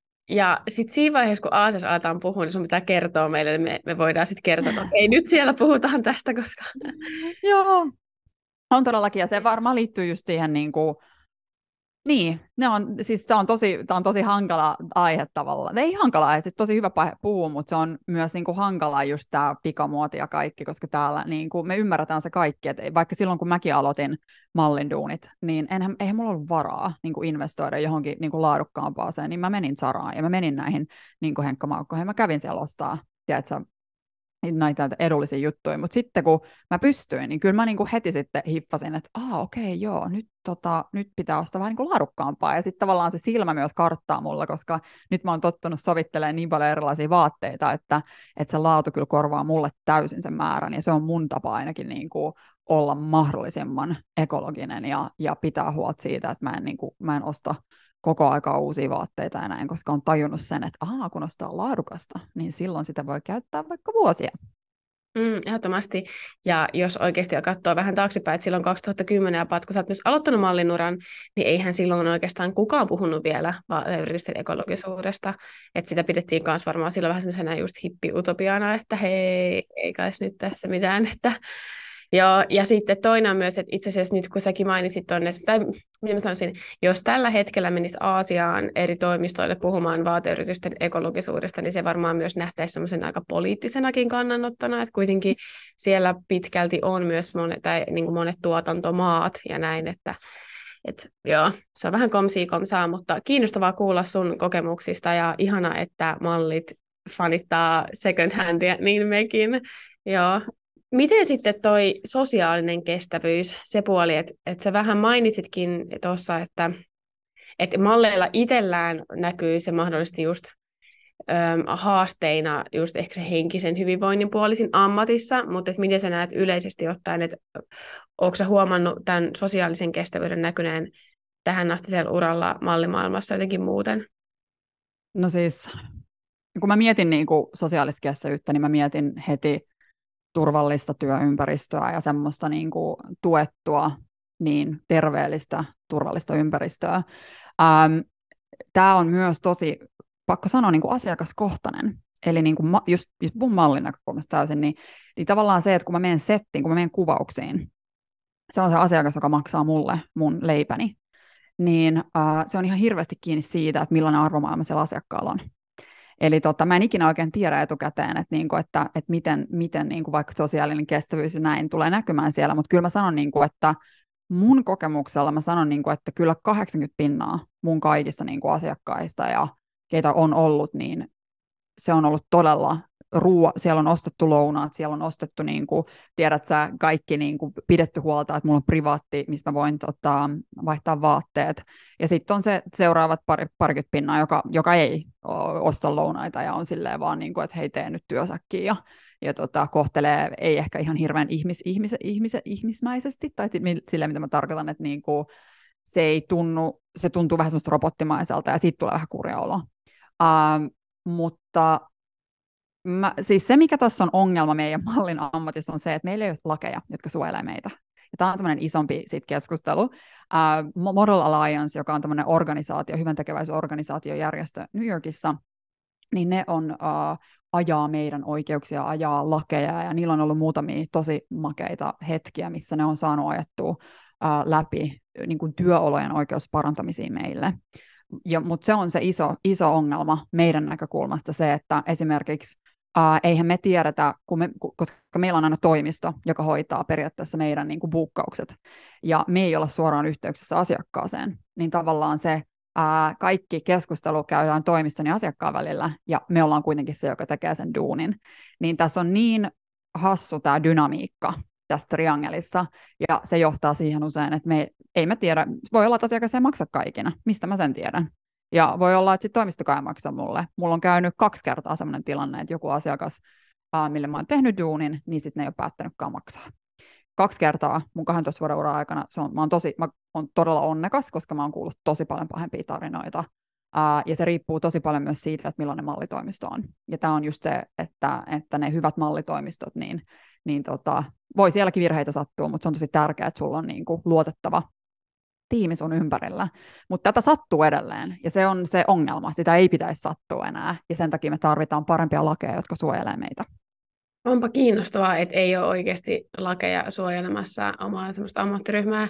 Ja sitten siinä vaiheessa, kun Aasiassa aletaan puhua, niin sun pitää kertoa meille, niin me, me voidaan sitten kertoa, että okei, nyt siellä puhutaan tästä, koska... Joo, on todellakin, ja se varmaan liittyy just siihen niin kuin Niin, ne on, siis tämä on, tosi, on tosi hankala aihe tavallaan. Ei hankala aihe, siis tosi hyvä puhua, mutta se on myös niinku hankalaa just tämä pikamuoti ja kaikki, koska täällä niinku, me ymmärretään se kaikki, että vaikka silloin kun mäkin aloitin mallin duunit, niin enhän, eihän mulla ollut varaa niinku investoida johonkin niinku laadukkaampaaseen, niin mä menin Saraan ja mä menin näihin niinku henkkamaukkoihin, mä kävin siellä ostaa, tiedätkö, näitä edullisia juttuja, mutta sitten kun mä pystyin, niin kyllä mä niinku heti sitten hiffasin, että aa okei, okay, joo, nyt, tota, nyt pitää ostaa vähän niinku laadukkaampaa, ja sitten tavallaan se silmä myös karttaa mulla, koska nyt mä oon tottunut sovittelemaan niin paljon erilaisia vaatteita, että, että se laatu kyllä korvaa mulle täysin sen määrän, ja se on mun tapa ainakin niinku olla mahdollisimman ekologinen ja, ja pitää huolta siitä, että mä en, niinku, mä en osta koko aika uusia vaatteita ja näin, koska on tajunnut sen, että ahaa, kun ostaa laadukasta, niin silloin sitä voi käyttää vaikka vuosia. Mm, ehdottomasti. Ja jos oikeasti katsoo vähän taaksepäin, että silloin kaksituhattakymmenen ja kun sä oot myös aloittanut mallinuran, niin eihän silloin oikeastaan kukaan puhunut vielä yritysten ekologisuudesta. Että sitä pidettiin myös varmaan silloin vähän semmoisena just hippiutopiana, että hei, ei kai nyt tässä mitään. Että joo, ja sitten toinen on myös, että itse asiassa nyt kun säkin mainitsit tuonne, tai mitä mä sanoisin, jos tällä hetkellä menisi Aasiaan eri toimistoille puhumaan vaateyritysten ekologisuudesta, niin se varmaan myös nähtäisi semmoisen aika poliittisenakin kannanottona, että kuitenkin siellä pitkälti on myös monet, tai niin kuin monet tuotantomaat ja näin, että et, joo, se on vähän komsia komsaa, mutta kiinnostavaa kuulla sun kokemuksista ja ihana, että mallit fanittaa second handia, niin mekin, joo. Miten sitten toi sosiaalinen kestävyys, se puoli, että, että sä vähän mainitsitkin tuossa, että, että malleilla itsellään näkyy se mahdollisesti just äm, haasteina just ehkä se henkisen hyvinvoinnin puolisin ammatissa, mutta että miten sä näet yleisesti ottaen, että onko sä huomannut tämän sosiaalisen kestävyyden näkyneen tähän asti siellä uralla mallimaailmassa jotenkin muuten? No siis, kun mä mietin niin kuin sosiaalista kestävyyttä, niin mä mietin heti turvallista työympäristöä ja semmoista niin kuin tuettua, niin terveellistä, turvallista ympäristöä. Ähm, Tämä on myös tosi, pakko sanoa, niin kuin asiakaskohtainen. Eli niin kuin, just, just mun mallin näkökulmasta täysin, niin, niin tavallaan se, että kun mä menen settiin, kun mä menen kuvauksiin, se on se asiakas, joka maksaa mulle mun leipäni, niin äh, se on ihan hirveästi kiinni siitä, että millainen arvomaailma siellä asiakkaalla on. Eli tota, mä en ikinä oikein tiedä etukäteen, että, niinku, että, että miten, miten niinku vaikka sosiaalinen kestävyys ja näin tulee näkymään siellä, mutta kyllä mä sanon, niinku, että mun kokemuksella mä sanon, niinku, että kyllä kahdeksankymmentä pinnaa mun kaikista niinku, asiakkaista ja keitä on ollut, niin se on ollut todella ruoa, siellä on ostettu lounaat, siellä on ostettu, niin kuin, tiedät sä, kaikki niin kuin, pidetty huolta, että mulla on privaatti, mistä mä voin tota, vaihtaa vaatteet. Ja sitten on se seuraavat pari, parikymmentä pinnaa, joka, joka ei osta lounaita ja on silleen vaan, niin kuin, että hei, tee nyt työsäkkiä ja, ja tota, kohtelee, ei ehkä ihan hirveän ihmis, ihmis, ihmis, ihmismäisesti, tai silleen, mitä mä tarkoitan, että niin kuin, se ei tunnu, se tuntuu vähän semmoista robottimaiselta ja siitä tulee vähän kurja olo. Uh, mutta Mä, siis se, mikä tässä on ongelma meidän mallin ammatissa, on se, että meillä ei ole lakeja, jotka suojelee meitä. Ja tämä on tämmöinen isompi sit keskustelu. Uh, Model Alliance, joka on tämmöinen organisaatio, hyväntekeväisyysorganisaatiojärjestö New Yorkissa, niin ne on, uh, ajaa meidän oikeuksia, ajaa lakeja, ja niillä on ollut muutamia tosi makeita hetkiä, missä ne on saanut ajettua uh, läpi niin kuin työolojen oikeusparantamisiin meille. Mutta se on se iso, iso ongelma meidän näkökulmasta se, että esimerkiksi ää, eihän me tiedetä, kun me, koska meillä on aina toimisto, joka hoitaa periaatteessa meidän niin kuin buukkaukset, ja me ei olla suoraan yhteyksissä asiakkaaseen, niin tavallaan se ää, kaikki keskustelu käydään toimiston ja asiakkaan välillä, ja me ollaan kuitenkin se, joka tekee sen duunin. Niin tässä on niin hassu tämä dynamiikka tässä triangelissa, ja se johtaa siihen usein, että me ei me tiedä, voi olla, että asiakas ei maksakaan ikinä, mistä mä sen tiedän. Ja voi olla, että sitten toimistokaan ei maksa mulle. Mulla on käynyt kaksi kertaa sellainen tilanne, että joku asiakas, uh, mille mä oon tehnyt duunin, niin sitten ne ei ole päättänytkaan maksaa. Kaksi kertaa mun kahdentoista vuoden uran aikana, se on, mä, oon tosi, mä oon todella onnekas, koska mä oon kuullut tosi paljon pahempia tarinoita. Uh, ja se riippuu tosi paljon myös siitä, että millainen mallitoimisto on. Ja tämä on just se, että, että ne hyvät mallitoimistot, niin, niin tota, voi sielläkin virheitä sattua, mutta se on tosi tärkeää, että sulla on niinku luotettava tiimi sun ympärillä. Mutta tätä sattuu edelleen, ja se on se ongelma. Sitä ei pitäisi sattua enää, ja sen takia me tarvitaan parempia lakeja, jotka suojelee meitä. Onpa kiinnostavaa, että ei ole oikeasti lakeja suojelemassa omaa semmoista ammattiryhmää.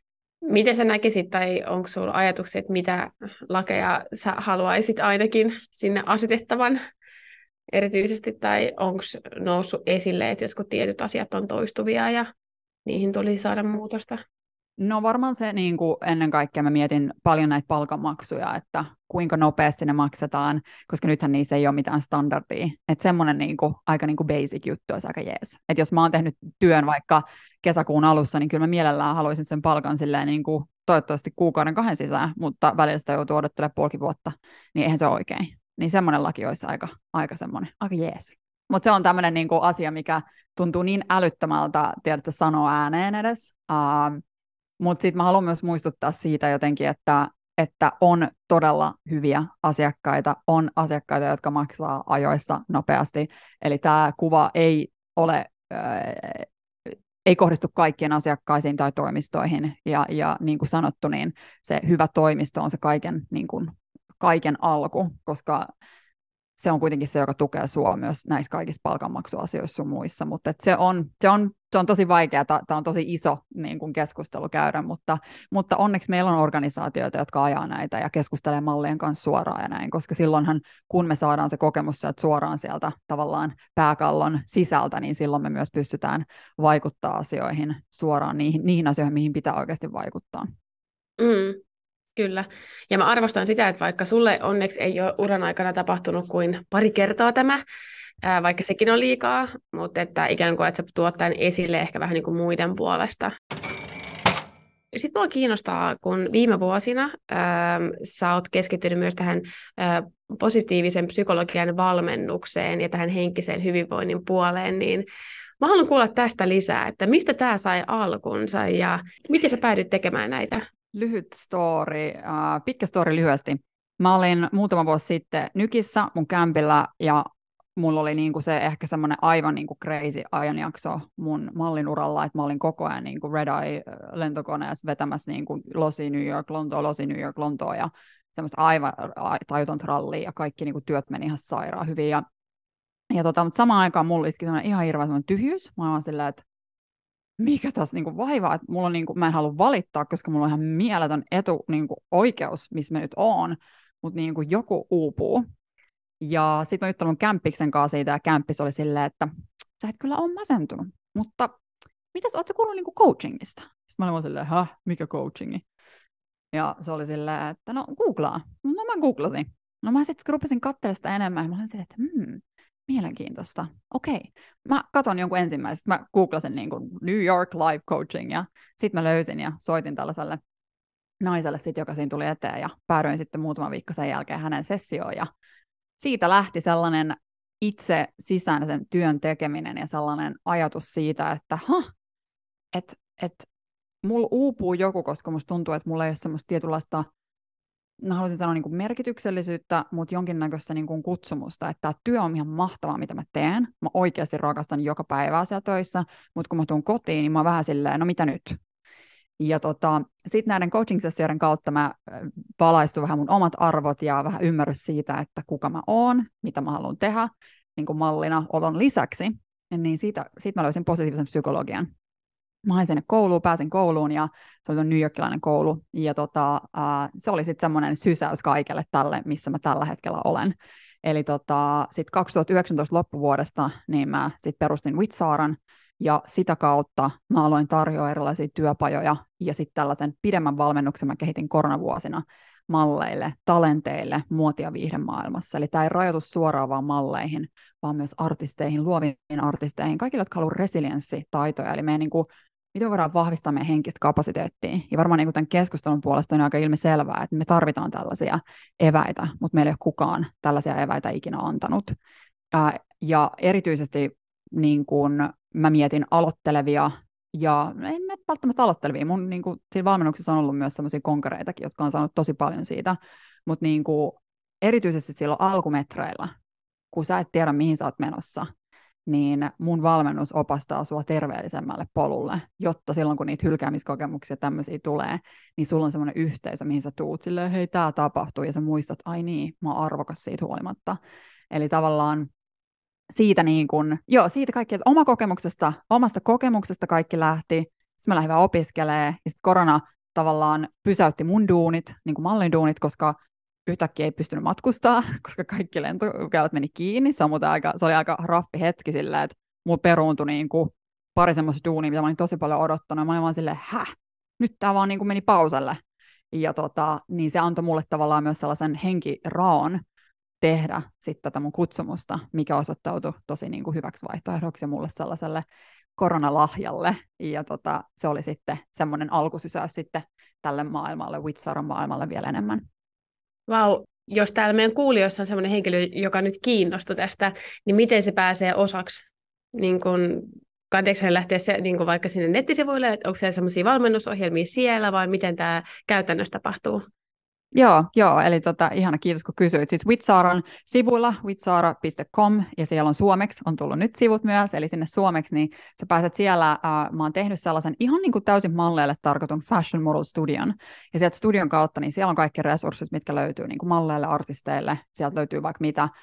Miten sä näkisit, tai onko sulla ajatuksia, että mitä lakeja sä haluaisit ainakin sinne asetettavan erityisesti, tai onko noussut esille, että jotkut tietyt asiat on toistuvia ja niihin tulisi saada muutosta? No varmaan se niin kuin ennen kaikkea mä mietin paljon näitä palkanmaksuja, että kuinka nopeasti ne maksetaan, koska nythän niissä ei ole mitään standardia. Että semmoinen niin kuin, aika niin kuin basic juttu olisi aika jees. Että jos mä oon tehnyt työn vaikka kesäkuun alussa, niin kyllä mä mielellään haluaisin sen palkan silleen niin kuin, toivottavasti kuukauden kahden sisään, mutta välillä sitä joutuu odottelemaan puolikin vuotta, niin eihän se ole oikein. Niin semmoinen laki olisi aika, aika semmoinen, aika jees. Mutta se on tämmöinen niin kuin asia, mikä tuntuu niin älyttömältä, tiedätkö, sanoa ääneen edes. Uh, Mutta sitten mä haluan myös muistuttaa siitä jotenkin, että että on todella hyviä asiakkaita, on asiakkaita, jotka maksaa ajoissa nopeasti. Eli tämä kuva ei ole, ää, ei kohdistu kaikkien asiakkaisiin tai toimistoihin. Ja, ja niin kuin sanottu, niin se hyvä toimisto on se kaiken, niin kuin, kaiken alku, koska se on kuitenkin se, joka tukee sua myös näissä kaikissa palkanmaksuasioissa sun muissa, mutta se on, se, on, se on tosi vaikeaa, tämä on tosi iso niin kuin keskustelu käydä, mutta, mutta onneksi meillä on organisaatioita, jotka ajaa näitä ja keskustelee mallien kanssa suoraan ja näin, koska silloinhan, kun me saadaan se kokemus sieltä suoraan sieltä tavallaan pääkallon sisältä, niin silloin me myös pystytään vaikuttaa asioihin suoraan niihin, niihin asioihin, mihin pitää oikeasti vaikuttaa. Mm. Kyllä. Ja mä arvostan sitä, että vaikka sulle onneksi ei ole uran aikana tapahtunut kuin pari kertaa tämä, ää, vaikka sekin on liikaa, mutta että ikään kuin, että sä tuot tämän esille ehkä vähän niin kuin muiden puolesta. Sitten mua kiinnostaa, kun viime vuosina ää, sä oot keskittynyt myös tähän ää, positiivisen psykologian valmennukseen ja tähän henkiseen hyvinvoinnin puoleen, niin mä haluan kuulla tästä lisää, että mistä tämä sai alkunsa ja miten sä päädyit tekemään näitä? Lyhyt story, äh, pitkä story lyhyesti. Mä olin muutama vuosi sitten Nykissä mun kämpillä ja mulla oli niinku se ehkä semmoinen aivan niinku crazy ajanjakso mun mallin uralla, että mä olin koko ajan niinku Red Eye lentokoneessa vetämässä niinku Losi New York, Lontoa, Losi New York, Lontoa ja semmoista aivan tajutonta rallia ja kaikki niinku työt meni ihan sairaan hyvin. Ja, ja tota, mutta samaan aikaan mulla iski semmoinen ihan hirveä semmoinen tyhjyys. Mä oon silleen, että mikä tässä niinku vaivaa, että mulla on niinku, mä en halua valittaa, koska mulla on ihan mieletön etu, niinku oikeus, missä mä nyt oon, mutta niinku joku uupuu. Ja sitten mä juttelin mun kämppiksen kanssa siitä, ja kämppis oli silleen, että sä et kyllä ole masentunut, mutta mitäs, ootko kuullut niinku coachingista? Sitten mä olin silleen, häh, mikä coachingi? Ja se oli silleen, että no googlaa. No mä googlasin. No mä sitten rupesin katselemaan sitä enemmän, ja mä olin silleen, että hmm, mielenkiintoista. Okei. Mä katon jonkun ensimmäisestä. Mä googlasin niin kuin New York Life Coaching ja sitten mä löysin ja soitin tällaiselle naiselle, sit, joka siinä tuli eteen ja päädyin sitten muutama viikko sen jälkeen hänen sessioon ja siitä lähti sellainen itse sisäisen työn tekeminen ja sellainen ajatus siitä, että ha, että et, mulla uupuu joku, koska musta tuntuu, että mulla ei ole semmoista tietynlaista mä haluaisin sanoa niin kuin merkityksellisyyttä, mutta jonkinnäköistä niin kuin kutsumusta, että tämä työ on ihan mahtavaa, mitä mä teen. Mä oikeasti rakastan joka päivää siellä töissä, mutta kun mä tuun kotiin, niin mä oon vähän silleen, no mitä nyt? Ja tota, sitten näiden coaching-sessioiden kautta mä valaistuin vähän mun omat arvot ja vähän ymmärrys siitä, että kuka mä oon, mitä mä haluan tehdä niin kuin mallina olon lisäksi. Niin siitä, siitä mä löysin positiivisen psykologian. Mä hain sinne kouluun, pääsin kouluun ja se oli New Yorkilainen koulu. Ja tota, äh, se oli sitten semmoinen sysäys kaikelle tälle, missä mä tällä hetkellä olen. Eli tota, sitten kaksituhattayhdeksäntoista loppuvuodesta niin mä sitten perustin Witsaaran ja sitä kautta mä aloin tarjoa erilaisia työpajoja ja sitten tällaisen pidemmän valmennuksen mä kehitin koronavuosina malleille, talenteille, muoti- ja viihdemaailmassa. Eli tämä ei rajoitu suoraan vaan malleihin, vaan myös artisteihin, luoviin artisteihin, kaikille, jotka haluaa resilienssitaitoja. Eli meidän, niin kuin, miten voidaan vahvistaa meidän henkistä kapasiteettia. Ja varmaan niin kuin tämän keskustelun puolesta on aika ilmiselvää, että me tarvitaan tällaisia eväitä, mutta meillä ei ole kukaan tällaisia eväitä ikinä antanut. Ja erityisesti niin kuin mä mietin aloittelevia, ja ei me välttämättä aloittelevia. Mun niin kuin, siinä valmennuksessa on ollut myös sellaisia konkareitakin, jotka on saanut tosi paljon siitä, mutta niin kuin, erityisesti silloin alkumetreillä, kun sä et tiedä, mihin sä oot menossa, niin mun valmennus opastaa sua terveellisemmälle polulle, jotta silloin, kun niitä hylkäämiskokemuksia tämmöisiä tulee, niin sulla on semmoinen yhteisö, mihin sä tuut silleen, hei, tää tapahtuu, ja sä muistat, ai niin, mä oon arvokas siitä huolimatta. Eli tavallaan siitä niin kuin, joo, siitä kaikki, että oma kokemuksesta, omasta kokemuksesta kaikki lähti, sitten mä lähdin vähän opiskelemaan, ja sitten korona tavallaan pysäytti mun duunit, niin kuin mallin duunit, koska yhtäkkiä ei pystynyt matkustaa, koska kaikki lentokäyvät meni kiinni. Se, on aika, se oli aika raffi hetki sillä, että mulla peruuntui niin kuin pari semmoista duunia, mitä mä olin tosi paljon odottanut, ja mä olin vaan silleen, häh, nyt tää vaan niin kuin meni pauselle. Ja tota, niin se antoi mulle tavallaan myös sellaisen henkiraon tehdä sitten tätä mun kutsumusta, mikä osoittautui tosi niin kuin hyväksi vaihtoehdoksi ja mulle sellaiselle koronalahjalle. Ja tota, se oli sitten semmoinen alkusysäys sitten tälle maailmalle, Witsaaran maailmalle vielä enemmän. Vau, jos täällä meidän kuulijoissa on sellainen henkilö, joka nyt kiinnostui tästä, niin miten se pääsee osaksi? Niin kun, kannattaako hän lähteä se, niin kun vaikka sinne nettisivuille, että onko se sellaisia valmennusohjelmia siellä vai miten tämä käytännössä tapahtuu? Joo, joo, eli tota, ihana, kiitos kun kysyit. Siis Witsaaran sivuilla witsaara piste com ja siellä on suomeksi, on tullut nyt sivut myös, eli sinne suomeksi, niin sä pääset siellä, äh, mä oon tehnyt sellaisen ihan niin kuin täysin malleille tarkoitun Fashion Model Studion, ja sieltä studion kautta, niin siellä on kaikki resurssit, mitkä löytyy niin kuin malleille, artisteille, sieltä löytyy vaikka mitä. Äh,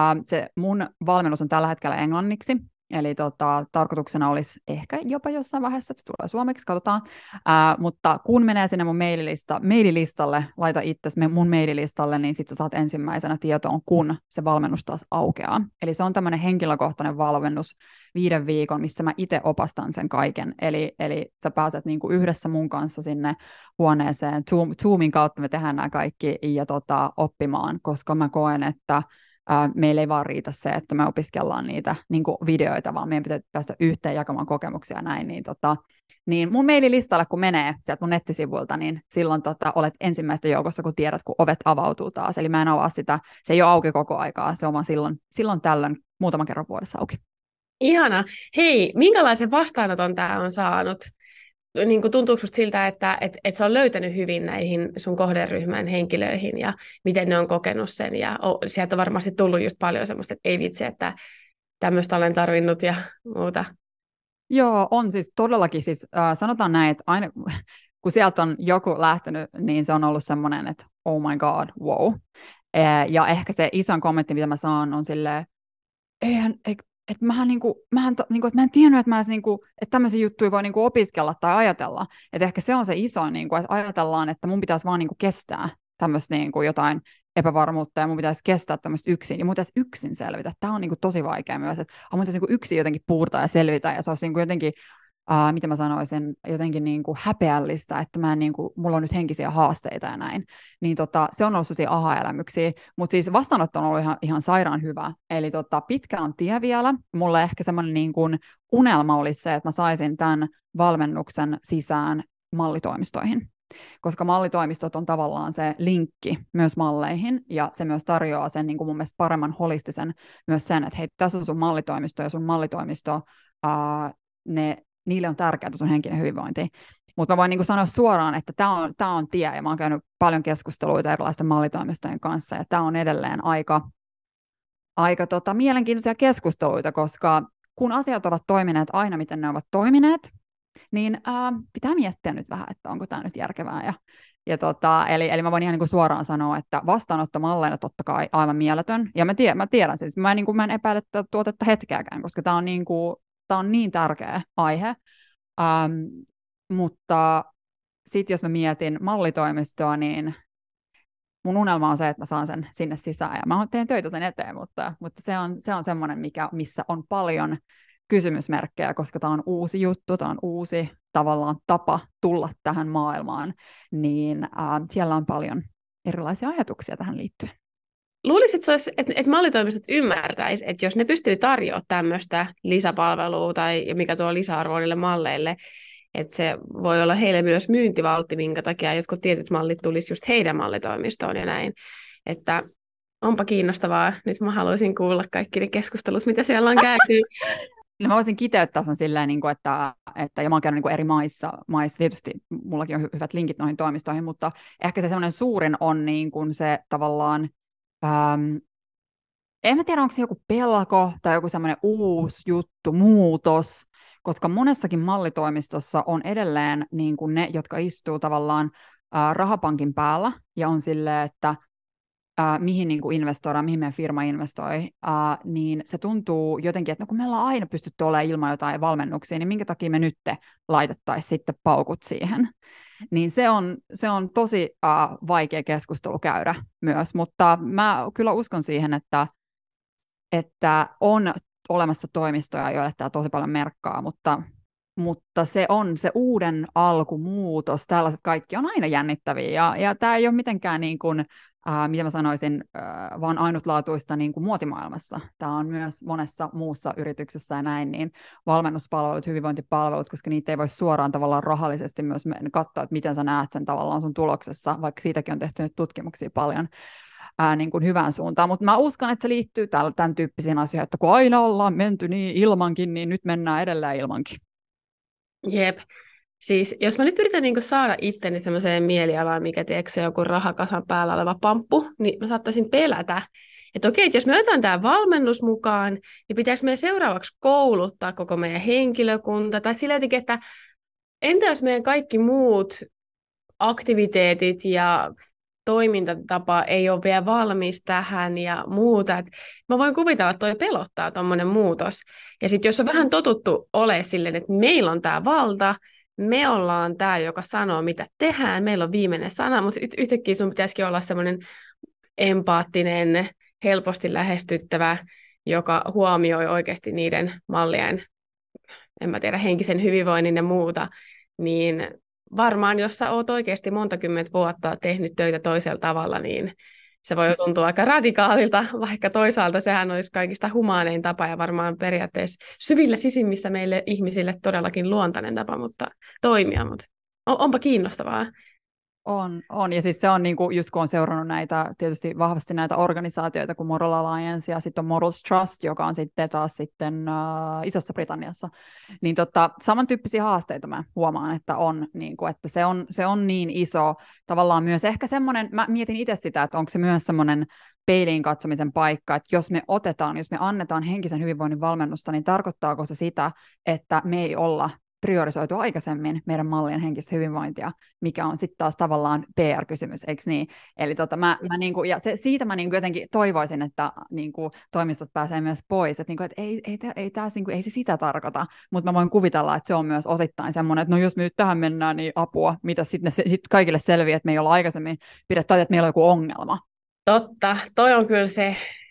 se mun valmennus on tällä hetkellä englanniksi, eli tota, tarkoituksena olisi ehkä jopa jossain vaiheessa, että se tulee suomeksi, katsotaan. Ää, mutta kun menee sinne mun maililista, maililistalle, laita itse mun maililistalle, niin sitten sä saat ensimmäisenä tietoon, kun se valmennus taas aukeaa. Eli se on tämmöinen henkilökohtainen valmennus viiden viikon, missä mä itse opastan sen kaiken. Eli, eli sä pääset niinku yhdessä mun kanssa sinne huoneeseen, Zoom, Zoomin kautta me tehdään nämä kaikki ja tota, oppimaan, koska mä koen, että Uh, meillä ei vaan riitä se, että me opiskellaan niitä niin kuin videoita, vaan meidän pitää päästä yhteen jakamaan kokemuksia ja näin. Niin, tota, niin mun maililistalle, kun menee sieltä mun nettisivuilta, niin silloin tota, olet ensimmäistä joukossa, kun tiedät, kun ovet avautuu taas. Eli mä en avaa sitä, se ei ole auki koko aikaa, se on vaan silloin, silloin tällöin muutaman kerran vuodessa auki. Ihana. Hei, minkälaisen vastaanoton tämä on saanut? Niin kuin tuntuuko susta siltä, että et, et se on löytänyt hyvin näihin sun kohderyhmän henkilöihin ja miten ne on kokenut sen? Ja o, sieltä on varmasti tullut just paljon semmoista, että ei vitsi, että tämmöistä olen tarvinnut ja muuta. Joo, on siis todellakin. Siis, äh, sanotaan näin, että aina kun sieltä on joku lähtenyt, niin se on ollut semmoinen, että oh my god, wow. E, ja ehkä se isoin kommentti, mitä mä saan, on silleen, eihän, ei, että mähän, niinku, mähän, niinku, että mä en tiennyt, että, mä edes, niinku, että tämmöisiä juttuja voi niinku opiskella tai ajatella. Että ehkä se on se iso, niinku, että ajatellaan, että mun pitäisi vaan niinku kestää tämmöistä niinku jotain epävarmuutta ja mun pitäisi kestää tämmöistä yksin. Ja mun pitäisi yksin selvitä. Tämä on niinku tosi vaikea myös, että mun pitäisi niinku yksin jotenkin puurtaa ja selvitä. Ja se olisi niinku jotenkin, uh, mitä mä sanoisin, jotenkin niinku häpeällistä, että mä en, niinku, mulla on nyt henkisiä haasteita ja näin. Niin tota, se on ollut sellaisia aha-elämyksiä. Mutta siis vastaanotto on ollut ihan, ihan sairaan hyvä. Eli tota, pitkä on tie vielä. Mulle ehkä semmoinen niinku unelma olisi se, että mä saisin tämän valmennuksen sisään mallitoimistoihin. Koska mallitoimistot on tavallaan se linkki myös malleihin, ja se myös tarjoaa sen niin kuin mun mielestä paremman holistisen myös sen, että hei, tässä on sun mallitoimisto, ja sun mallitoimisto, ää, ne, niille on tärkeää sun henkinen hyvinvointi. Mutta mä voin niin kuin sanoa suoraan, että tämä on, tää on tie, ja mä oon käynyt paljon keskusteluita erilaisten mallitoimistojen kanssa, ja tämä on edelleen aika, aika tota, mielenkiintoisia keskusteluita, koska kun asiat ovat toimineet aina, miten ne ovat toimineet, niin äh, pitää miettiä nyt vähän, että onko tämä nyt järkevää. Ja, ja tota, eli, eli mä voin ihan niin kuin suoraan sanoa, että vastaanottomalleina totta kai aivan mieletön. Ja mä tiedän, mä tiedän siis, mä en, niin kuin, mä en epäile tätä tuotetta hetkeäkään, koska tämä on, niin kuin, tää on niin tärkeä aihe. Ähm, mutta sitten jos mä mietin mallitoimistoa, niin mun unelma on se, että mä saan sen sinne sisään. Ja mä teen töitä sen eteen, mutta, mutta se on, se on semmoinen, mikä, missä on paljon kysymysmerkkejä, koska tämä on uusi juttu, tämä on uusi tavallaan tapa tulla tähän maailmaan, niin äh, siellä on paljon erilaisia ajatuksia tähän liittyen. Luulisit, että, että, että mallitoimistot ymmärtäisivät, että jos ne pystyy tarjoamaan tämmöistä lisäpalvelua tai mikä tuo lisäarvoa niille malleille, että se voi olla heille myös myyntivaltti, minkä takia jotkut tietyt mallit tulisi just heidän mallitoimistoon ja näin. Että onpa kiinnostavaa. Nyt mä haluaisin kuulla kaikki ne keskustelut, mitä siellä on käyty. No mä voisin kiteyttää sen silleen, että, että ja mä oon käynyt eri maissa, maissa, tietysti mullakin on hyvät linkit noihin toimistoihin, mutta ehkä se semmoinen suurin on niin kuin se tavallaan, äm, en mä tiedä, onko se joku pelko tai joku semmoinen uusi juttu, muutos, koska monessakin mallitoimistossa on edelleen niin kuin ne, jotka istuu tavallaan äh, rahapankin päällä ja on silleen, että Uh, mihin niin kuin investoidaan, mihin meidän firma investoi, uh, niin se tuntuu jotenkin, että no kun me ollaan aina pystytty olemaan ilman jotain valmennuksia, niin minkä takia me nyt laitettaisiin sitten paukut siihen. Niin se on, se on tosi uh, vaikea keskustelu käydä myös, mutta mä kyllä uskon siihen, että, että on olemassa toimistoja, joille tämä tosi paljon merkkaa, mutta, mutta se on se uuden alkumuutos, tällaiset kaikki on aina jännittäviä, ja, ja tämä ei ole mitenkään niin kuin Uh, mitä mä sanoisin, uh, vaan ainutlaatuista niin kuin muotimaailmassa. Tämä on myös monessa muussa yrityksessä ja näin, niin valmennuspalvelut, hyvinvointipalvelut, koska niitä ei voi suoraan tavallaan rahallisesti myös katsoa, että miten sä näet sen tavallaan sun tuloksessa, vaikka siitäkin on tehty nyt tutkimuksia paljon uh, niin kuin hyvään suuntaan. Mutta mä uskon, että se liittyy täl, tämän tyyppisiin asioihin, että kun aina ollaan menty niin ilmankin, niin nyt mennään edelleen ilmankin. Jep. Siis jos mä nyt yritän niinku saada itteni semmoiseen mielialaan, mikä tiedätkö se joku rahakasan päällä oleva pamppu, niin mä saattaisin pelätä, että okei, että jos me otetaan tämä valmennus mukaan, niin pitäisi meidän seuraavaksi kouluttaa koko meidän henkilökunta, tai sillä jotenkin, että entä jos meidän kaikki muut aktiviteetit ja toimintatapa ei ole vielä valmis tähän ja muuta. Et mä voin kuvitella, että toi pelottaa tuommoinen muutos. Ja sitten jos on vähän totuttu ole silleen, että meillä on tämä valta, me ollaan tämä, joka sanoo, mitä tehdään, meillä on viimeinen sana, mutta yhtäkkiä sun pitäisikin olla semmoinen empaattinen, helposti lähestyttävä, joka huomioi oikeasti niiden mallien, en mä tiedä, henkisen hyvinvoinnin ja muuta, niin varmaan, jos sä oot oikeasti monta kymmentä vuotta tehnyt töitä toisella tavalla, niin se voi tuntua aika radikaalilta, vaikka toisaalta sehän olisi kaikista humaanein tapa ja varmaan periaatteessa syvillä sisimmissä meille ihmisille todellakin luontainen tapa mutta toimia, mutta on, onpa kiinnostavaa. On, on, ja siis se on niinku, just kun on seurannut näitä, tietysti vahvasti näitä organisaatioita kuin Moral Alliance ja sitten on Morals Trust, joka on sitten taas sitten uh, Isossa Britanniassa, niin tota, samantyyppisiä haasteita mä huomaan, että on, niinku, että se on, se on niin iso, tavallaan myös ehkä semmoinen, mä mietin itse sitä, että onko se myös semmoinen peiliin katsomisen paikka, että jos me otetaan, jos me annetaan henkisen hyvinvoinnin valmennusta, niin tarkoittaako se sitä, että me ei olla priorisoitu aikaisemmin meidän mallien henkistä hyvinvointia, mikä on sitten taas tavallaan P R-kysymys, eikö niin? Eli tota, mä, mä niinku, ja se, siitä mä niinku jotenkin toivoisin, että niinku, toimistot pääsee myös pois, että niinku, et ei, ei, ei, taas, niinku, ei se sitä tarkoita, mutta mä voin kuvitella, että se on myös osittain semmoinen, että no jos me nyt tähän mennään, niin apua, mitä sitten sit kaikille selviää, että me ei olla aikaisemmin pidetty, tai että meillä on joku ongelma. Totta, toi on kyllä se,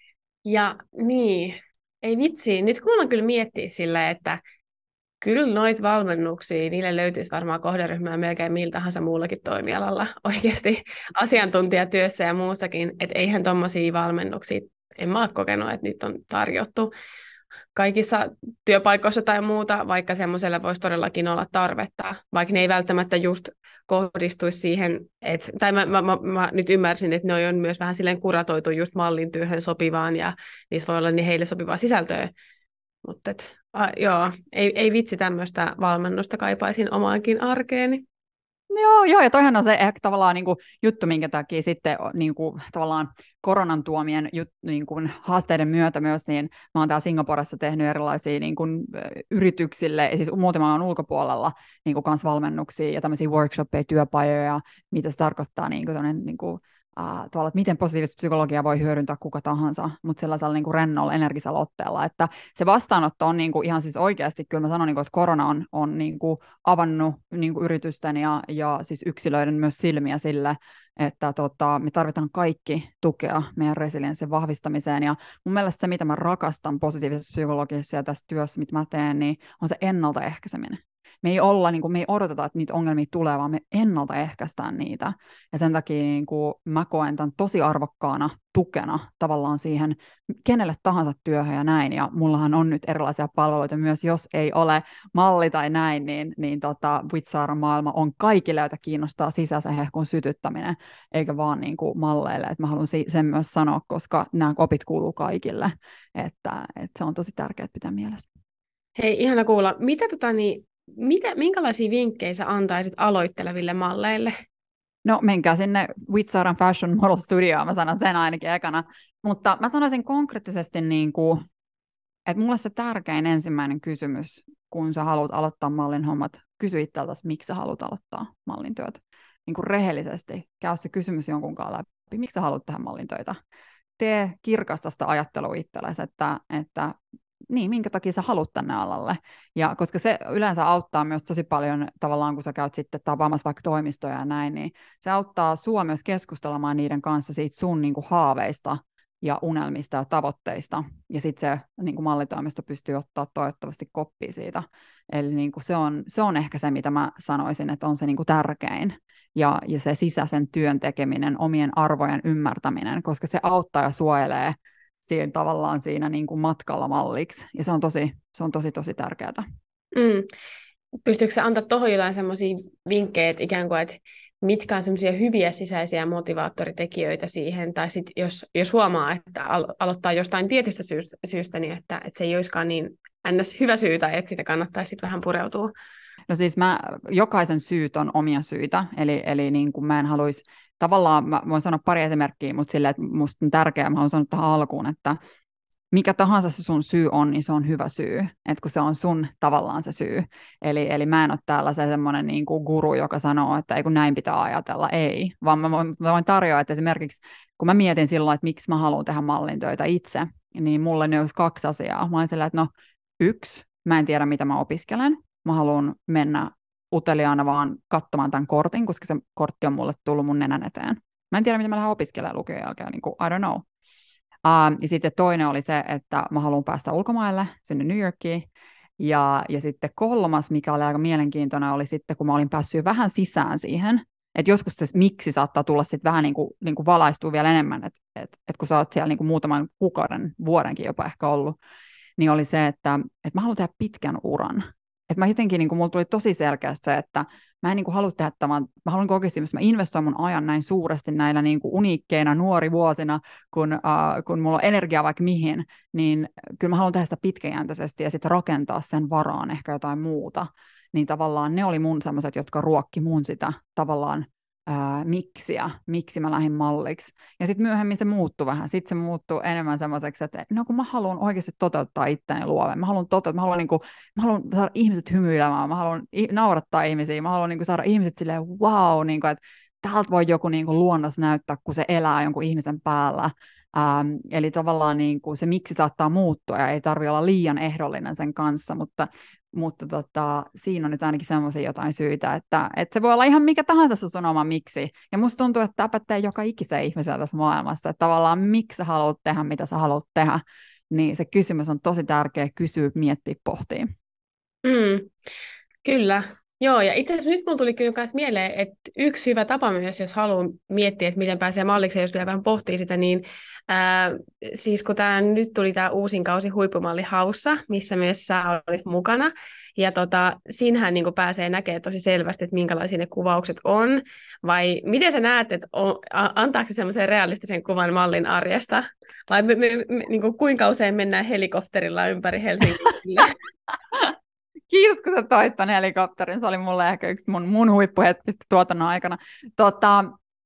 ja niin, ei vitsi, nyt kun mä kyllä miettii sillä, että kyllä noita valmennuksia, niille löytyisi varmaan kohderyhmää melkein miltä tahansa muullakin toimialalla oikeasti asiantuntijatyössä ja muussakin, että eihän tuommoisia valmennuksia, en mä ole kokenut, että niitä on tarjottu kaikissa työpaikoissa tai muuta, vaikka semmoiselle voisi todellakin olla tarvetta, vaikka ne ei välttämättä just kohdistuisi siihen, että, tai mä, mä, mä, mä nyt ymmärsin, että ne on myös vähän silleen kuratoitu just mallin työhön sopivaan ja niissä voi olla niin heille sopivaa sisältöä, mutta Ah, joo, ei, ei vitsi tämmöistä valmennusta kaipaisin omaankin arkeeni. Joo, joo, ja toihan on se ehkä tavallaan niin kuin juttu, minkä takia sitten niin kuin, tavallaan koronan tuomien jut, niin kuin, haasteiden myötä myös, niin mä oon täällä Singaporessa tehnyt erilaisia niin kuin, yrityksille, siis muuten mä oon ulkopuolella niin kuin, kans valmennuksia ja tämmöisiä workshoppeja, työpajoja, mitä se tarkoittaa niin kuin, niin kuin, Uh, tavallaan, että miten positiivista psykologiaa voi hyödyntää kuka tahansa, mutta sellaisella niin kuin rennolla, energisellä otteella, että se vastaanotto on niin kuin ihan siis oikeasti, kyllä mä sanon, niin kuin, että korona on, on niin kuin avannut niin kuin yritysten ja, ja siis yksilöiden myös silmiä sille, että tota, me tarvitaan kaikki tukea meidän resilienssin vahvistamiseen, ja mun mielestä se, mitä mä rakastan positiivisessa psykologiassa ja tässä työssä, mitä mä teen, niin on se ennaltaehkäiseminen. Me ei olla, niin kuin, me ei odoteta, että niitä ongelmia tulee, vaan me ennaltaehkäistään niitä. Ja sen takia niin kuin, mä koen tämän tosi arvokkaana tukena tavallaan siihen kenelle tahansa työhön ja näin. Ja mullahan on nyt erilaisia palveluita myös, jos ei ole malli tai näin, niin, niin tota, Witsaaran maailma on kaikille, joita kiinnostaa sisäisen hehkun sytyttäminen, eikä vaan niin kuin, malleille. Et mä haluan sen myös sanoa, koska nämä opit kuuluu kaikille. Että, että se on tosi tärkeää pitää mielessä. Hei, ihana kuulla. Mitä tota niin, Mitä, minkälaisia vinkkejä sä antaisit aloitteleville malleille? No menkää sinne Witsaaran Fashion Model Studioon, mä sanon sen ainakin ekana. Mutta mä sanoisin konkreettisesti, niin kuin, että mulle se tärkein ensimmäinen kysymys, kun sä haluat aloittaa mallin hommat, kysy itseltäsi, miksi sä haluat aloittaa mallin työt. Niin kuin rehellisesti käy se kysymys jonkunkaan läpi, miksi sä haluat tehdä mallin töitä. Tee kirkasta sitä ajattelua itsellesi, että, että niin, minkä takia sä haluat tänne alalle. Ja koska se yleensä auttaa myös tosi paljon tavallaan, kun sä käyt sitten tapaamassa vaikka toimistoja ja näin, niin se auttaa sua myös keskustelemaan niiden kanssa siitä sun niin kuin haaveista ja unelmista ja tavoitteista. Ja sitten se niin kuin mallitoimisto pystyy ottaa toivottavasti koppia siitä. Eli niin kuin se, on, se on ehkä se, mitä mä sanoisin, että on se niin kuin tärkein. Ja, ja se sisäisen työn tekeminen, omien arvojen ymmärtäminen, koska se auttaa ja suojelee siinä tavallaan siinä niin kuin matkalla malliksi. Ja se on tosi, se on tosi, tosi tärkeää. Mm. Pystyykö sä antaa tuohon jotain semmoisia vinkkejä, että ikään kuin, että mitkä on semmoisia hyviä sisäisiä motivaattoritekijöitä siihen, tai sit jos, jos huomaa, että alo- aloittaa jostain tietystä syystä, syystä niin että, että se ei olisikaan niin ns. Hyvä syy, tai että sitä kannattaisi sit vähän pureutua. No siis mä, jokaisen syyt on omia syitä, eli, eli niin kuin mä en haluaisi, tavallaan mä voin sanoa pari esimerkkiä, mutta silleen, että musta on tärkeää, mä haluan sanoa tähän alkuun, että mikä tahansa se sun syy on, niin se on hyvä syy, että kun se on sun tavallaan se syy. Eli, eli mä en ole täällä se semmoinen niin kuin guru, joka sanoo, että ei kun näin pitää ajatella, ei, vaan mä voin, mä voin tarjoa, että esimerkiksi kun mä mietin silloin, että miksi mä haluan tehdä mallintöitä itse, niin mulle ne olisi kaksi asiaa. Mä olin sillä, että no yksi, mä en tiedä mitä mä opiskelen, mä haluan mennä uteliaana vaan katsomaan tämän kortin, koska se kortti on mulle tullut mun nenän eteen. Mä en tiedä, mitä mä lähden opiskelemaan lukion jälkeen, niin kuin, I don't know. Uh, ja sitten toinen oli se, että mä haluan päästä ulkomaille, sinne New Yorkiin. Ja, ja sitten kolmas, mikä oli aika mielenkiintoinen, oli sitten, kun mä olin päässyt vähän sisään siihen, että joskus se miksi saattaa tulla sitten vähän niin kuin, niin kuin valaistua vielä enemmän, että et, et kun sä oot siellä niin kuin muutaman kuukauden, vuodenkin jopa ehkä ollut, niin oli se, että, että mä haluan tehdä pitkän uran. Että mä jotenkin, niin kuin, mulla tuli tosi selkeästi se, että mä en niin kuin halua tehdä tämän, mä haluan oikeasti, jos mä investoin mun ajan näin suuresti näillä niin kuin uniikkeina nuorivuosina, kun, uh, kun mulla on energiaa vaikka mihin, niin kyllä mä haluan tehdä sitä pitkäjänteisesti ja sitten rakentaa sen varaan ehkä jotain muuta. Niin tavallaan ne oli mun sellaiset, jotka ruokki mun sitä tavallaan ää, miksiä, miksi mä lähdin malliksi. Ja sitten myöhemmin se muuttui vähän. Sitten se muuttui enemmän semmoiseksi, että no kun mä haluan oikeasti toteuttaa itseäni luoven. Mä haluan, toteuttaa, mä haluan, niin kuin, mä haluan saada ihmiset hymyilemään, mä haluan naurattaa ihmisiä, mä haluan niin kuin, saada ihmiset silleen wow, niin kuin, että täältä voi joku niin kuin, luonnos näyttää, kun se elää jonkun ihmisen päällä. Ähm, eli tavallaan niin kuin, se miksi saattaa muuttua ja ei tarvitse olla liian ehdollinen sen kanssa, mutta Mutta tota, siinä on nyt ainakin semmoisia jotain syitä, että, että se voi olla ihan mikä tahansa se sun oma miksi. Ja musta tuntuu, että tämä pätee joka ikisen ihmisen tässä maailmassa, että tavallaan miksi sä haluat tehdä, mitä sä haluat tehdä, niin se kysymys on tosi tärkeä kysyä, miettiä, pohtia. Mm, kyllä. Joo, ja itse asiassa nyt mulla tuli kyllä myös mieleen, että yksi hyvä tapa myös, jos haluaa miettiä, että miten pääsee malliksi, jos vielä vähän pohtii sitä, niin ää, siis kun tää, nyt tuli tämä uusin kausi Huippumalli Haussa, missä myös sä olit mukana, ja tota, siinähän niin pääsee näkemään tosi selvästi, että minkälaisia ne kuvaukset on, vai miten sä näet, että on, a, antaako se semmoisen realistisen kuvan mallin arjesta, vai me, me, me, niin kuin kuinka usein mennään helikopterilla ympäri Helsinkiä? Kiitos, kun sä toit ton helikopterin. Se oli mulle ehkä yksi mun, mun huippuhetkistä tuotannon aikana. Tota,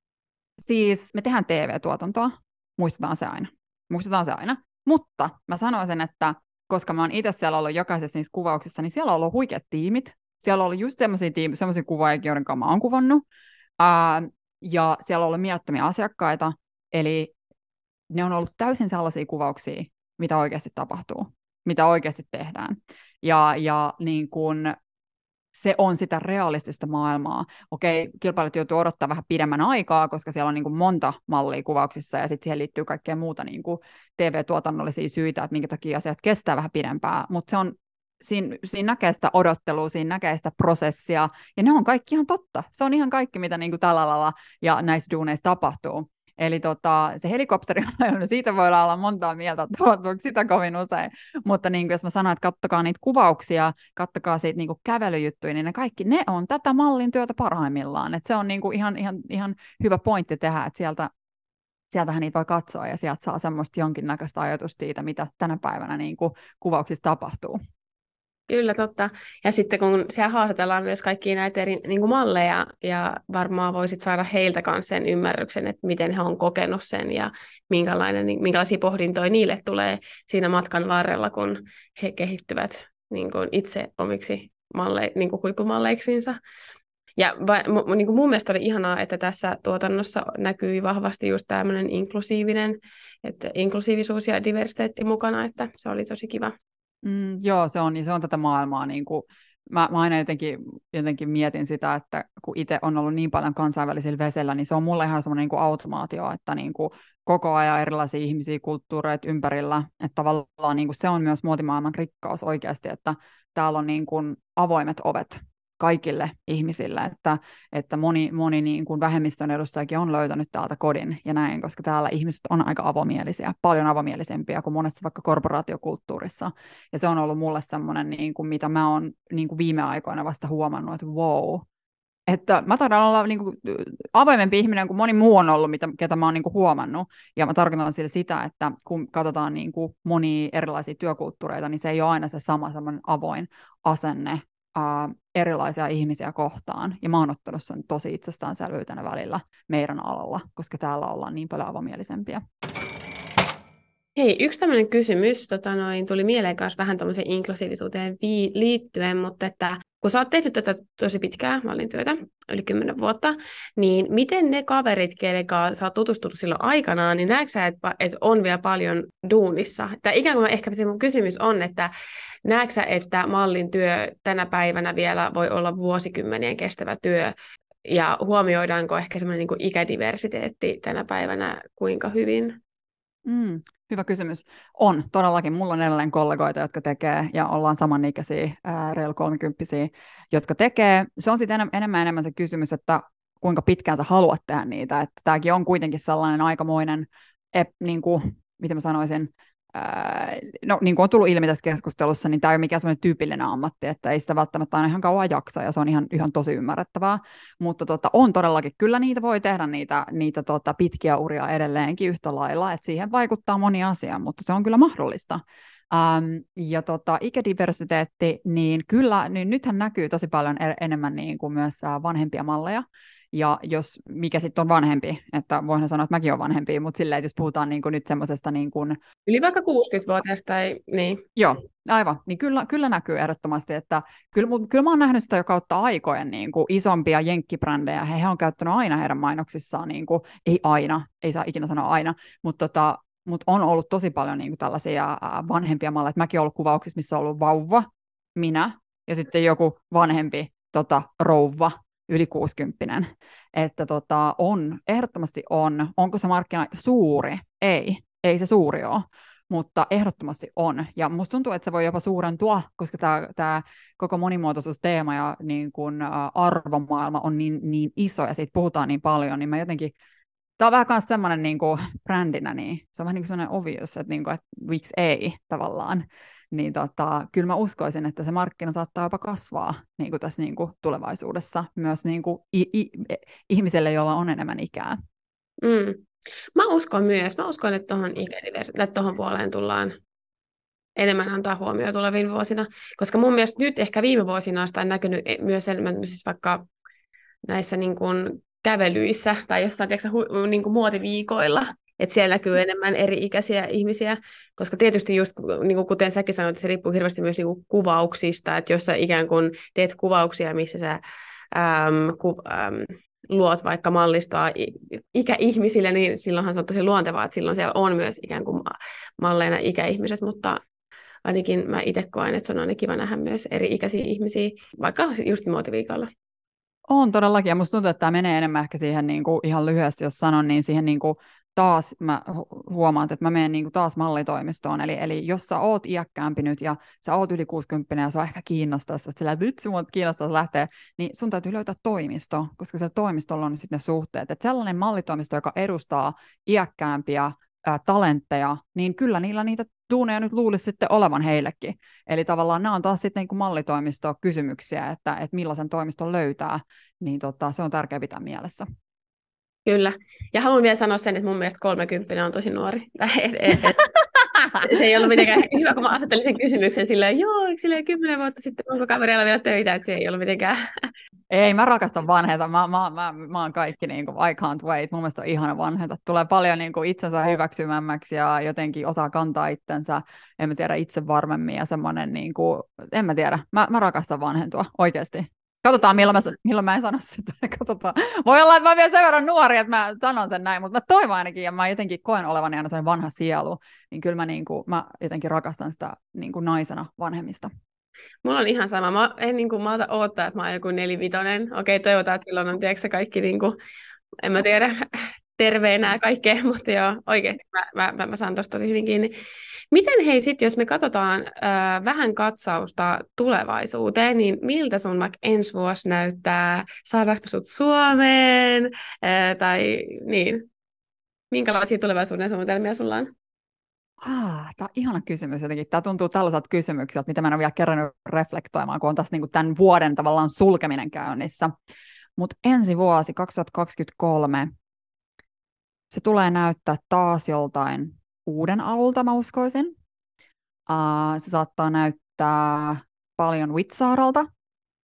siis me tehdään T V-tuotantoa. Muistetaan se aina. Muistetaan se aina. Mutta mä sanoisin, että koska mä oon itse siellä ollut jokaisessa niissä kuvauksissa, niin siellä on ollut huikeat tiimit. Siellä on ollut just semmoisia tiimejä, semmoisia kuvaajia, joiden kanssa mä oon kuvannut. Ää, ja siellä on ollut mielettömiä asiakkaita. Eli ne on ollut täysin sellaisia kuvauksia, mitä oikeasti tapahtuu, mitä oikeasti tehdään. Ja, ja niin kun se on sitä realistista maailmaa. Okei, kilpailijat joutuu odottaa vähän pidemmän aikaa, koska siellä on niin kuin monta mallia kuvauksissa, ja sitten siihen liittyy kaikkea muuta niin kuin T V-tuotannollisia syitä, että minkä takia asiat kestää vähän pidempään. Mutta se on, siinä, siinä näkee sitä odottelua, siinä näkee sitä prosessia, ja ne on kaikki ihan totta. Se on ihan kaikki, mitä niin kuin tällä lailla ja näissä duuneissa tapahtuu. Eli tota, se helikopteri, no siitä voi olla montaa mieltä, että tapahtuuko sitä kovin usein, mutta niin jos mä sanoin, että kattokaa niitä kuvauksia, kattokaa siitä niin kävelyjuttuja, niin ne kaikki, ne on tätä mallin työtä parhaimmillaan. Et se on niin ihan, ihan, ihan hyvä pointti tehdä, että sieltä, sieltähän niitä voi katsoa ja sieltä saa semmoista jonkinnäköistä ajatusta siitä, mitä tänä päivänä niin kuvauksissa tapahtuu. Kyllä, totta. Ja sitten kun siellä haastatellaan myös kaikkia näitä eri niin kuin malleja, ja varmaan voisit saada heiltä kanssa sen ymmärryksen, että miten he on kokenut sen, ja minkälainen, minkälaisia pohdintoja niille tulee siinä matkan varrella, kun he kehittyvät niin kuin itse omiksi malle, niin kuin huippumalleiksiinsa. Ja va, niin kuin mun mielestä oli ihanaa, että tässä tuotannossa näkyy vahvasti just tämmöinen inklusiivinen, että inklusiivisuus ja diversiteetti mukana, että se oli tosi kiva. Mm, joo, se on, se on tätä maailmaa. Niin kuin, mä, mä aina jotenkin, jotenkin mietin sitä, että kun itse on ollut niin paljon kansainvälisillä vesillä, niin se on mulle ihan semmoinen niin kuin automaatio, että niin kuin koko ajan erilaisia ihmisiä, kulttuureita ympärillä. Että tavallaan niin kuin se on myös muotimaailman rikkaus oikeasti, että täällä on niin kuin avoimet ovet kaikille ihmisille, että, että moni, moni niin kuin vähemmistön edustajakin on löytänyt täältä kodin ja näin, koska täällä ihmiset on aika avomielisiä, paljon avomielisempiä kuin monessa vaikka korporaatiokulttuurissa. Ja se on ollut mulle semmoinen, niin kuin, mitä mä oon niin kuin viime aikoina vasta huomannut, että wow, että mä taidan olla niin kuin avoimempi ihminen kuin moni muu on ollut, mitä, ketä mä oon niin kuin huomannut. Ja mä tarkoitan sillä sitä, että kun katsotaan niin kuin monia erilaisia työkulttuureita, niin se ei ole aina se sama semmoinen avoin asenne, Uh, erilaisia ihmisiä kohtaan. Ja mä oon ottanut sen tosi itsestäänselvyytenä välillä meidän alalla, koska täällä ollaan niin paljon avomielisempiä. Hei, yksi tämmöinen kysymys tota noin, tuli mieleen kanssa vähän tuommoiseen inklusiivisuuteen vii- liittyen, mutta että kun sä oot tehnyt tätä tosi pitkää mallin työtä, yli kymmenen vuotta, niin miten ne kaverit, kenen kanssa sä oot tutustunut silloin aikanaan, niin näetkö sä, että, että on vielä paljon duunissa? Tai ikään kuin ehkä se mun kysymys on, että näetkö sä, että mallin työ tänä päivänä vielä voi olla vuosikymmenien kestävä työ, ja huomioidaanko ehkä semmoinen niin kuin ikädiversiteetti tänä päivänä kuinka hyvin? Mm, hyvä kysymys. On, todellakin. Mulla on edelleen kollegoita, jotka tekee, ja ollaan samanikäisiä, ää, reilu kolmekymppisiä, jotka tekee. Se on sitten enem- enemmän enemmän se kysymys, että kuinka pitkään sä haluat tehdä niitä. Että tämäkin on kuitenkin sellainen aikamoinen, ep, niin kuin, miten mä sanoisin, ää, no niin kuin on tullut ilmi tässä keskustelussa, niin tämä ei ole mikään sellainen tyypillinen ammatti, että ei sitä välttämättä aina ihan kauan jaksa, ja se on ihan, ihan tosi ymmärrettävää. Mutta tota, on todellakin, kyllä niitä voi tehdä niitä, niitä tota, pitkiä uria edelleenkin yhtä lailla, että siihen vaikuttaa moni asia, mutta se on kyllä mahdollista. Ähm, ja tota, ikädiversiteetti, niin kyllä, niin nythän näkyy tosi paljon er, enemmän niin kuin myös äh, vanhempia malleja, ja jos, mikä sitten on vanhempi, että voin sanoa, että mäkin olen vanhempi, mutta silleen, että jos puhutaan niin kuin nyt semmoisesta niin kuin, Yli vaikka kuusikymmentävuotiaasta tai niin. joo, aivan, niin kyllä, kyllä näkyy ehdottomasti, että kyllä, kyllä mä oon nähnyt sitä jo kautta aikojen niin kuin isompia jenkkibrändejä, he, he on käyttänyt aina heidän mainoksissaan, niin kuin, ei aina, ei saa ikinä sanoa aina, mutta tota, mut on ollut tosi paljon niin kuin tällaisia vanhempia malleja, että mäkin olen ollut kuvauksissa, missä on ollut vauva, minä, ja sitten joku vanhempi tota, rouva, yli kuusikymppinen, että tota, on, ehdottomasti on, onko se markkina suuri? Ei, ei se suuri ole, mutta ehdottomasti on. Ja musta tuntuu, että se voi jopa suurentua, koska tämä koko monimuotoisuusteema ja niin kun, ä, arvomaailma on niin, niin iso ja siitä puhutaan niin paljon, niin mä jotenkin, tämä on vähän myös semmoinen niin kuin brändinä, niin se on vähän niin kuin semmoinen obvious, että, niin kuin, että miksi ei tavallaan. Niin tota, kyllä mä uskoisin, että se markkina saattaa jopa kasvaa niin kuin tässä niin kuin tulevaisuudessa myös niin kuin i- i- ihmiselle, jolla on enemmän ikää. Mm. Mä uskon myös. Mä uskon, että tuohon ikädiver- tuohon puoleen tullaan enemmän antaa huomioon tulevina vuosina, koska mun mielestä nyt ehkä viime vuosina on sitä näkynyt e- myös enemmän siis vaikka näissä niin kuin kävelyissä tai jossain tiedätkö, hu- niin kuin muotiviikoilla, että siellä näkyy enemmän eri-ikäisiä ihmisiä, koska tietysti just niin kuin kuten säkin sanoit, että se riippuu hirveästi myös niin kuin kuvauksista, että jos sä ikään kuin teet kuvauksia, missä sä äm, ku, äm, luot vaikka mallistoa ikäihmisille, niin silloinhan se on tosi luontevaa, että silloin siellä on myös ikään kuin malleina ikäihmiset, mutta ainakin mä itse koen, että se on aina kiva nähdä myös eri-ikäisiä ihmisiä, vaikka just muotiviikolla. On todellakin, ja musta tuntuu, että tämä menee enemmän ehkä siihen niin kuin, ihan lyhyesti, jos sanon, niin siihen niin kuin, taas mä huomaan, että mä menen niin kuin, taas mallitoimistoon, eli, eli jos sä oot iäkkäämpi nyt ja sä oot yli kuusikymmentä ja sua ehkä kiinnostaa, että sillä vitsi mua kiinnostaa lähteä, niin sun täytyy löytää toimisto, koska siellä toimistolla on sitten ne suhteet, että sellainen mallitoimisto, joka edustaa iäkkäämpiä ää, talentteja, niin kyllä niillä niitä duuneja nyt luulisi sitten olevan heillekin. Eli tavallaan nämä on taas sitten niin kuin mallitoimisto-kysymyksiä, että, että millaisen toimiston löytää, niin tota, se on tärkeää pitää mielessä. Kyllä. Ja haluan vielä sanoa sen, että mun mielestä kolmekymmentä on tosi nuori. Se ei ollut mitenkään hyvä, kun mä asettelin sen kysymyksen silleen, joo, silleen kymmenen vuotta sitten, onko kaverilla vielä töitä, että se ei ollut mitenkään. Ei, mä rakastan vanheita. Mä, mä, mä, mä oon kaikki, niin kuin, I can't wait. Mun mielestä on ihana vanheita. Tulee paljon niin kuin, itsensä hyväksymämmäksi ja jotenkin osaa kantaa itsensä, en mä tiedä, itse varmemmin ja semmoinen, niin kuin, en mä tiedä. Mä, mä rakastan vanhentua, oikeasti. Katsotaan, milloin mä, milloin mä en sano sitä. Katsotaan. Voi olla, että mä oon vielä sen verran nuori, että mä sanon sen näin, mutta mä toivon ainakin, ja mä jotenkin koen olevani aina sellainen vanha sielu, niin kyllä mä, niin kuin, mä jotenkin rakastan sitä niin kuin naisena vanhemmista. Mulla on ihan sama. Mä en niin kuin malta odottaa, että mä oon joku nelivitonen. Okei, toivotaan, että silloin on tiedätkö, kaikki, niin kuin, en mä tiedä, terveenä ja kaikkea, mutta joo, oikeasti mä, mä, mä, mä saan tosta tosi hyvin kiinni. Miten hei sitten, jos me katsotaan äh, vähän katsausta tulevaisuuteen, niin miltä sun vaikka ensi vuosi näyttää? Saadaanko sut Suomeen? Äh, tai niin, minkälaisia tulevaisuuden suunnitelmia sulla on? Ah, tämä on ihana kysymys jotenkin. Tämä tuntuu tällaiselta kysymykseltä, mitä mä en ole vielä kerran reflektoimaan, kun on tässä niin kuin tämän vuoden tavallaan sulkeminen käynnissä. Mutta ensi vuosi, kaksituhattakaksikymmentäkolme, se tulee näyttää taas joltain uuden alulta, mä uskoisin. Uh, se saattaa näyttää paljon Witsaaralta.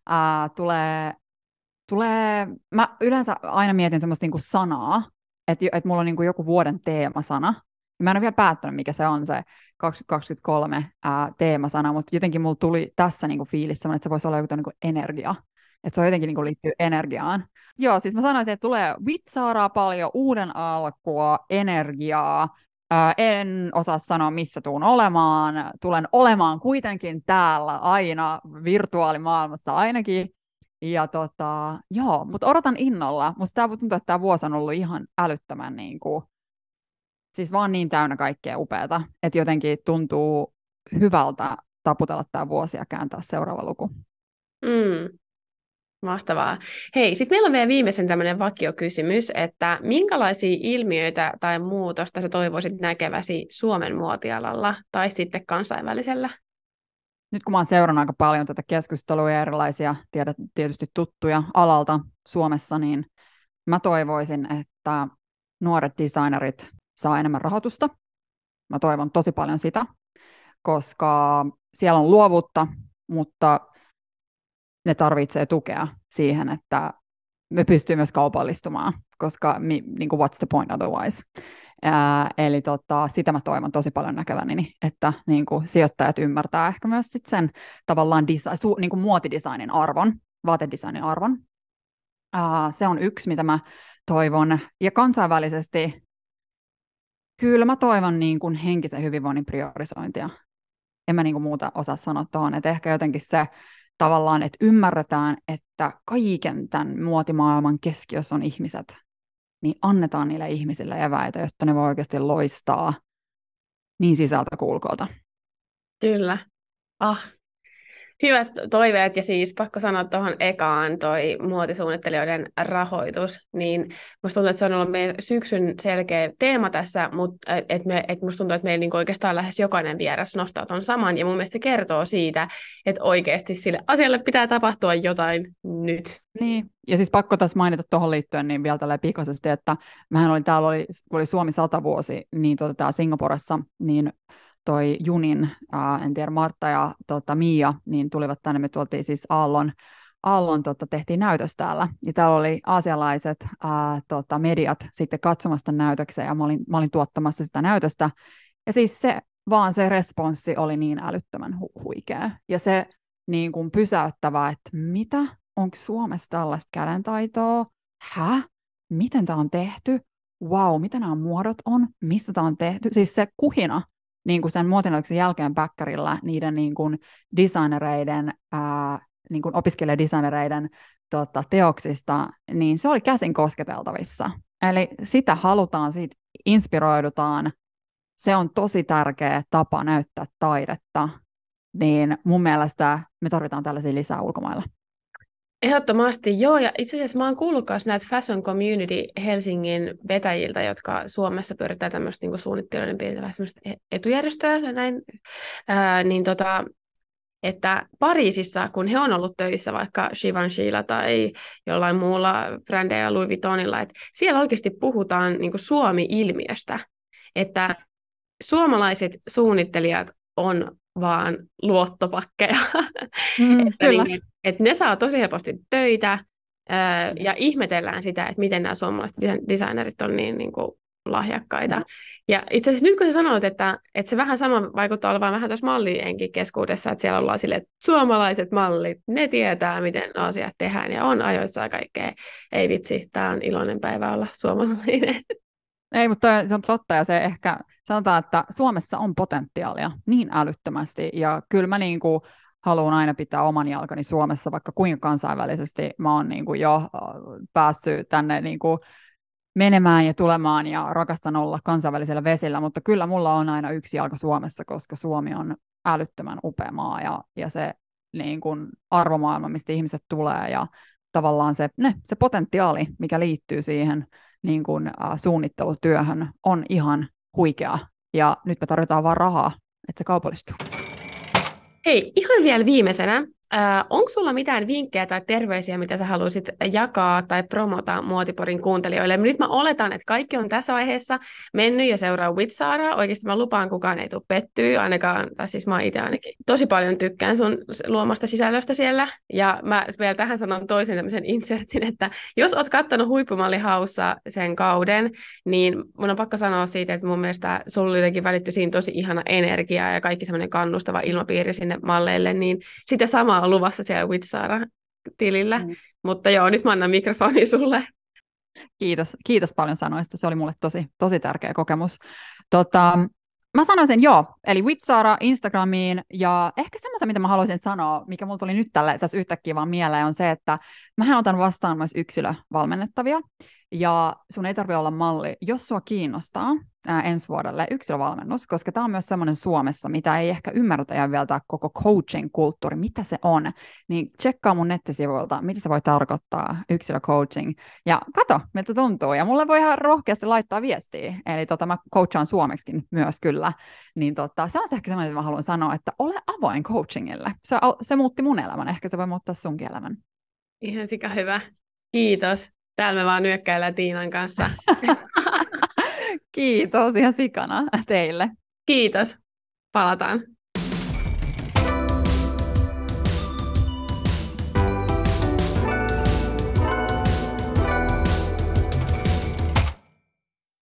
ää, tulee, tulee, mä yleensä aina mietin semmoista niinku sanaa, että et mulla on niinku joku vuoden teemasana. Mä en ole vielä päättänyt, mikä se on se kaksituhattakaksikymmentäkolme ää, teemasana, mutta jotenkin mulla tuli tässä niinku fiilis semmoinen, että se voisi olla joku niinku energia. Että se on jotenkin niinku liittyy energiaan. Joo, siis mä sanoisin, että tulee vitsaaraa paljon, uuden alkua, energiaa. Ää, en osaa sanoa, missä tuun olemaan. Tulen olemaan kuitenkin täällä aina, virtuaalimaailmassa ainakin. Ja tota, joo, mutta odotan innolla. Musta tää tuntuu, että tämä vuosi on ollut ihan älyttömän niin kuin, siis vaan niin täynnä kaikkea upeata, että jotenkin tuntuu hyvältä taputella tämä vuosi ja kääntää seuraava luku. Mm. Mahtavaa. Hei, sitten meillä on vielä viimeisen tämmöinen vakiokysymys, että minkälaisia ilmiöitä tai muutosta sä toivoisit näkeväsi Suomen muotialalla tai sitten kansainvälisellä? Nyt kun mä oon seurannut aika paljon tätä keskustelua ja erilaisia tiedät, tietysti tuttuja alalta Suomessa, niin mä toivoisin, että nuoret designerit saa enemmän rahoitusta. Mä toivon tosi paljon sitä, koska siellä on luovuutta, mutta ne tarvitsee tukea siihen, että me pystyy myös kaupallistumaan, koska mi, niin kuin what's the point otherwise. Ää, eli tota, sitä mä toivon tosi paljon näkeväni, että niin kuin sijoittajat ymmärtää ehkä myös sit sen tavallaan disa- su, niin kuin muotidesignin arvon, vaatedesignin arvon. Ää, se on yksi, mitä mä toivon. Ja kansainvälisesti kyllä mä toivon niin kuin henkisen hyvinvoinnin priorisointia. En mä niin kuin muuta osaa sanoa tuohon, että ehkä jotenkin se tavallaan, että ymmärretään, että kaiken tämän muotimaailman keskiössä on ihmiset, niin annetaan niille ihmisille eväitä, jotta ne voi oikeasti loistaa niin sisältä kuin ulkoilta. Kyllä. Ah, hyvät toiveet, ja siis pakko sanoa tuohon ekaan toi muotisuunnittelijoiden rahoitus, niin musta tuntuu, että se on ollut meidän syksyn selkeä teema tässä, mutta et me, et musta tuntuu, että meillä niinku oikeastaan lähes jokainen vieras nostaa ton saman, ja mun mielestä se kertoo siitä, että oikeasti sille asialle pitää tapahtua jotain nyt. Niin, ja siis pakko tässä mainita tuohon liittyen niin vielä tälleen pikaisesti, että mähän olin täällä, oli, kun oli Suomi sata vuosi, niin tota, täällä Singaporessa, niin toi Junin, ää, en tiedä, Martta ja tota, Mia, niin tulivat tänne, me tuoltiin siis Aallon, Aallon tota, tehtiin näytös täällä, ja täällä oli aasialaiset ää, tota, mediat sitten katsomassa näytöksen, ja mä olin, mä olin tuottamassa sitä näytöstä, ja siis se, vaan se responssi oli niin älyttömän hu- huikea, ja se niin kuin pysäyttävää, että mitä, onko Suomessa tällaista kädentaitoa, hä, miten tämä on tehty, wow, mitä nämä muodot on, mistä tämä on tehty, siis se kuhina, niin kuin sen muotinäytöksen jälkeen päkkärillä niiden niin kuin designereiden, ää, niin kuin opiskelijadesignereiden tota, teoksista, niin se oli käsin kosketeltavissa. Eli sitä halutaan, siitä inspiroidutaan. Se on tosi tärkeä tapa näyttää taidetta. Niin mun mielestä me tarvitaan tällaisia lisää ulkomailla. Ehdottomasti, joo, ja itse asiassa mä oon kuullut myös näitä Fashion Community Helsingin vetäjiltä, jotka Suomessa pyörittää tämmöistä niin suunnittelijoiden pientä semmoista etujärjestöä, ja näin, ää, niin tota, että Pariisissa, kun he on ollut töissä vaikka Givenchylla tai jollain muulla brändeillä Louis Vuittonilla, että siellä oikeasti puhutaan niin kuin Suomi-ilmiöstä, että suomalaiset suunnittelijat on vaan luottopakkeja, Mm, että, kyllä. niin, että ne saa tosi helposti töitä ää, ja ihmetellään sitä, että miten nämä suomalaiset designerit on niin, niin kuin lahjakkaita. Mm. Ja itse asiassa nyt kun sä sanoit, että, että se vähän sama vaikuttaa olevan vähän tuossa mallienkin keskuudessa, että siellä ollaan silleen, että suomalaiset mallit, ne tietää, miten asiat tehdään ja on ajoissa ja kaikkea. Ei vitsi, tämä on iloinen päivä olla suomalainen. Ei, mutta se on totta, ja se ehkä sanotaan, että Suomessa on potentiaalia niin älyttömästi, ja kyllä mä niin kuin haluan aina pitää oman jalkani Suomessa, vaikka kuinka kansainvälisesti mä oon niin kuin jo päässyt tänne niin kuin menemään ja tulemaan, ja rakastan olla kansainvälisellä vesillä, mutta kyllä mulla on aina yksi jalka Suomessa, koska Suomi on älyttömän upea maa, ja, ja se niin kuin arvomaailma, mistä ihmiset tulee, ja tavallaan se, ne, se potentiaali, mikä liittyy siihen niin kuin, uh, suunnittelutyöhön, on ihan huikea. Ja nyt me tarvitaan vaan rahaa, että se kaupallistuu. Hei, ihan vielä viimeisenä. Äh, onko sulla mitään vinkkejä tai terveisiä, mitä sä haluaisit jakaa tai promota Muotiporin kuuntelijoille? Nyt mä oletan, että kaikki on tässä vaiheessa mennyt ja seuraa Witsaaraa. Oikeasti mä lupaan, kukaan ei tule pettyä, ainakaan, tai siis mä itse ainakin tosi paljon tykkään sun luomasta sisällöstä siellä. Ja mä vielä tähän sanon toisen tämmöisen insertin, että jos oot kattonut Huippumallihaussa sen kauden, niin mun on pakko sanoa siitä, että mun mielestä sulla jotenkin välittyi siinä tosi ihana energia ja kaikki semmoinen kannustava ilmapiiri sinne malleille, niin sitä samaa on luvassa siellä Witsaara-tilillä. Mm. Mutta joo, nyt mä annan mikrofoni sulle. Kiitos, kiitos paljon sanoista. Se oli mulle tosi, tosi tärkeä kokemus. Tota, mä sanoisin joo, eli Witsaara Instagramiin, ja ehkä semmoisen, mitä mä haluaisin sanoa, mikä mulla tuli nyt tällä, tässä yhtäkkiä vaan mieleen, on se, että mähän otan vastaan myös yksilövalmennettavia, ja sun ei tarvitse olla malli, jos sua kiinnostaa ää, ensi vuodelle yksilövalmennus, koska tämä on myös semmoinen Suomessa, mitä ei ehkä ymmärretä ja vielä tämä koko coaching-kulttuuri, mitä se on, niin tsekkaa mun nettisivuilta, mitä se voi tarkoittaa, yksilöcoaching, ja kato, miltä se tuntuu, ja mulle voi ihan rohkeasti laittaa viestiä, eli tota, mä coachaan suomeksikin myös kyllä, niin tota, se on se ehkä semmoinen, että mä haluan sanoa, että ole avoin coachingille, se, se muutti mun elämän, ehkä se voi muuttaa sunkin elämän. Ihan sika hyvä, kiitos. Täällä me vaan nyökkäillään Tiinan kanssa. Kiitos ihan sikana teille. Kiitos. Palataan.